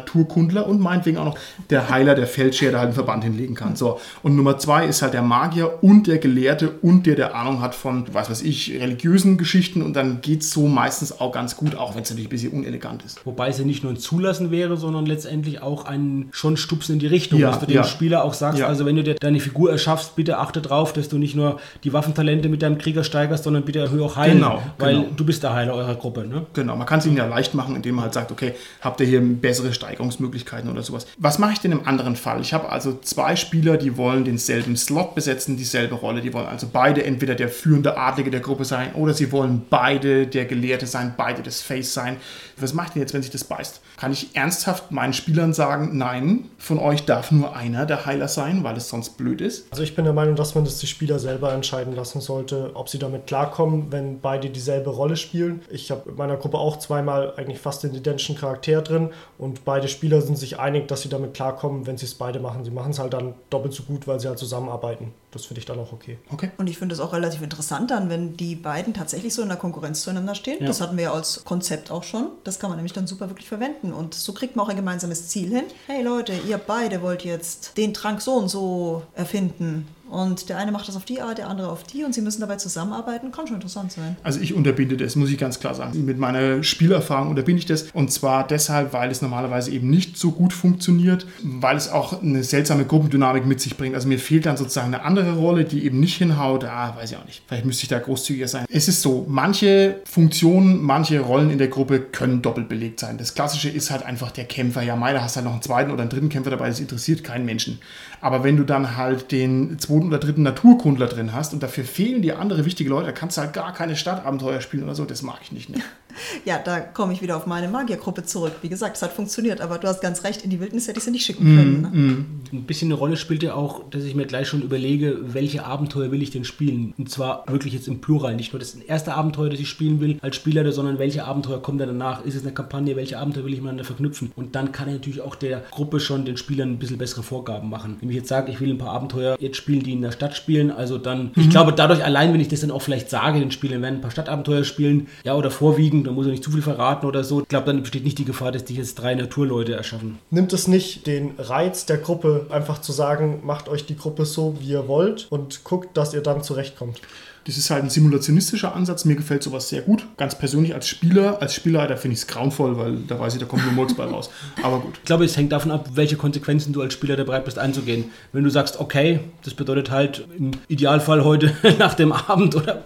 Naturkundler und meinetwegen auch noch der Heiler, der Feldscherer, der halt einen Verband hinlegen kann. So. Und Nummer 2 ist halt der Magier und der Gelehrte und der Ahnung hat von, religiösen Geschichten, und dann geht es so meistens auch ganz gut, auch wenn es natürlich ein bisschen unelegant ist. Wobei es ja nicht nur ein Zulassen wäre, sondern letztendlich auch ein schon Stupsen in die Richtung, Ja, dass du dem Spieler auch sagst, Ja. also wenn du dir deine Figur erschaffst, bitte achte drauf, dass du nicht nur die Waffentalente mit deinem Krieger steigerst, sondern bitte erhöhe auch Heilen, weil du bist der Heiler eurer Gruppe. Ne? Genau, man kann es ihnen ja leicht machen, indem man halt sagt, okay, habt ihr hier bessere Steigerungsmöglichkeiten oder sowas. Was mache ich denn im anderen Fall? Ich habe also 2 Spieler, die wollen denselben Slot besetzen, dieselbe Rolle. Die wollen also beide entweder der führende Adlige der Gruppe sein oder sie wollen beide der Gelehrte sein, beide das Face sein. Was macht ihr jetzt, wenn sich das beißt? Kann ich ernsthaft meinen Spielern sagen, nein, von euch darf nur einer der Heiler sein, weil es sonst blöd ist? Also ich bin der Meinung, dass man das die Spieler selber entscheiden lassen sollte, ob sie damit klarkommen, wenn beide dieselbe Rolle spielen. Ich habe in meiner Gruppe auch zweimal eigentlich fast den identischen Charakter drin und beide Spieler sind sich einig, dass sie damit klarkommen, wenn sie es beide machen. Sie machen es halt dann doppelt so gut, weil sie halt zusammenarbeiten. Das finde ich dann auch okay. Und ich finde es auch relativ interessant dann, wenn die beiden tatsächlich so in der Konkurrenz zueinander stehen. Ja. Das hatten wir ja als Konzept auch schon. Das kann man nämlich dann super wirklich verwenden. Und so kriegt man auch ein gemeinsames Ziel hin. Hey Leute, ihr beide wollt jetzt den Trank so und so erfinden. Und der eine macht das auf die Art, der andere auf die. Und sie müssen dabei zusammenarbeiten. Kann schon interessant sein. Also ich unterbinde das, muss ich ganz klar sagen. Mit meiner Spielerfahrung unterbinde ich das. Und zwar deshalb, weil es normalerweise eben nicht so gut funktioniert, weil es auch eine seltsame Gruppendynamik mit sich bringt. Also mir fehlt dann sozusagen eine andere Rolle, die eben nicht hinhaut. Weiß ich auch nicht. Vielleicht müsste ich da großzügiger sein. Es ist so, manche Funktionen, manche Rollen in der Gruppe können doppelt belegt sein. Das Klassische ist halt einfach der Kämpfer. Ja, da hast du halt noch einen zweiten oder einen dritten Kämpfer dabei, das interessiert keinen Menschen. Aber wenn du dann halt den zweiten oder dritten Naturkundler drin hast und dafür fehlen dir andere wichtige Leute, da kannst du halt gar keine Stadtabenteuer spielen oder so, das mag ich nicht. Ne? Ja, da komme ich wieder auf meine Magiergruppe zurück. Wie gesagt, es hat funktioniert, aber du hast ganz recht, in die Wildnis hätte ich sie nicht schicken können. Ne? Ein bisschen eine Rolle spielt ja auch, dass ich mir gleich schon überlege, welche Abenteuer will ich denn spielen? Und zwar wirklich jetzt im Plural, nicht nur das erste Abenteuer, das ich spielen will als Spieler, sondern welche Abenteuer kommen da danach? Ist es eine Kampagne? Welche Abenteuer will ich miteinander verknüpfen? Und dann kann ich natürlich auch der Gruppe schon, den Spielern, ein bisschen bessere Vorgaben machen. Wenn ich jetzt sage, ich will ein paar Abenteuer jetzt spielen, die in der Stadt spielen, also dann, ich glaube, dadurch allein, wenn ich das dann auch vielleicht sage, den Spielern werden ein paar Stadtabenteuer spielen, ja, oder vorwiegend, da muss er nicht zu viel verraten oder so. Ich glaube, dann besteht nicht die Gefahr, dass die jetzt 3 Naturleute erschaffen. Nimmt es nicht den Reiz der Gruppe, einfach zu sagen, macht euch die Gruppe so, wie ihr wollt und guckt, dass ihr dann zurechtkommt? Das ist halt ein simulationistischer Ansatz. Mir gefällt sowas sehr gut. Ganz persönlich als Spielleiter finde ich es grauenvoll, weil da weiß ich, da kommt nur Murks bei raus. Aber gut. Ich glaube, es hängt davon ab, welche Konsequenzen du als Spieler da bereit bist einzugehen. Wenn du sagst, okay, das bedeutet halt im Idealfall heute nach dem Abend oder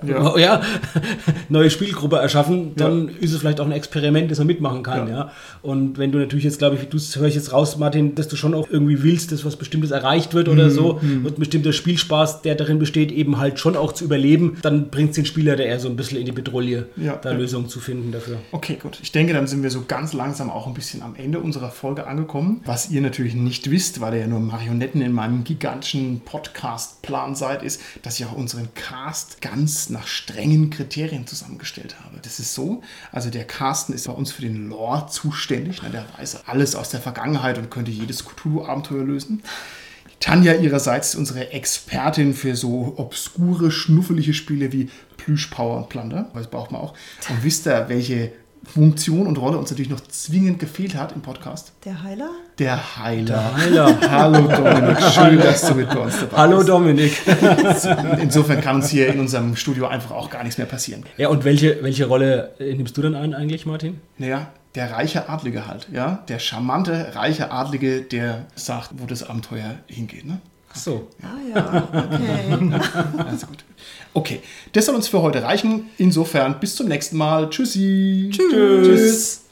neue Spielgruppe erschaffen, dann ist es vielleicht auch ein Experiment, das man mitmachen kann. Ja. Und wenn du natürlich jetzt, glaube ich, höre ich jetzt raus, Martin, dass du schon auch irgendwie willst, dass was Bestimmtes erreicht wird oder so und ein bestimmter Spielspaß, der darin besteht, eben halt schon auch zu überleben, dann bringt es den Spieler da eher so ein bisschen in die Bedrohung, da Lösungen zu finden dafür. Okay, gut. Ich denke, dann sind wir so ganz langsam auch ein bisschen am Ende unserer Folge angekommen. Was ihr natürlich nicht wisst, weil ihr ja nur Marionetten in meinem gigantischen Podcast-Plan seid, ist, dass ich auch unseren Cast ganz nach strengen Kriterien zusammengestellt habe. Das ist so, also der Carsten ist bei uns für den Lore zuständig. Der weiß alles aus der Vergangenheit und könnte jedes Cthulhu-Abenteuer lösen. Tanja ihrerseits ist unsere Expertin für so obskure, schnuffelige Spiele wie Plüsch, Power und Plunder. Das braucht man auch. Und wisst ihr, welche Funktion und Rolle uns natürlich noch zwingend gefehlt hat im Podcast? Der Heiler? Der Heiler. Der Heiler. Hallo Dominik, schön, dass du mit bei uns dabei bist. Hallo Dominik. Insofern kann uns hier in unserem Studio einfach auch gar nichts mehr passieren. Ja, und welche Rolle nimmst du dann ein eigentlich, Martin? Naja, der reiche Adlige halt, ja. Der charmante, reiche Adlige, der sagt, wo das Abenteuer hingeht, ne? Ach so. Ah ja, okay. Also gut. Okay, das soll uns für heute reichen. Insofern bis zum nächsten Mal. Tschüssi. Tschüss.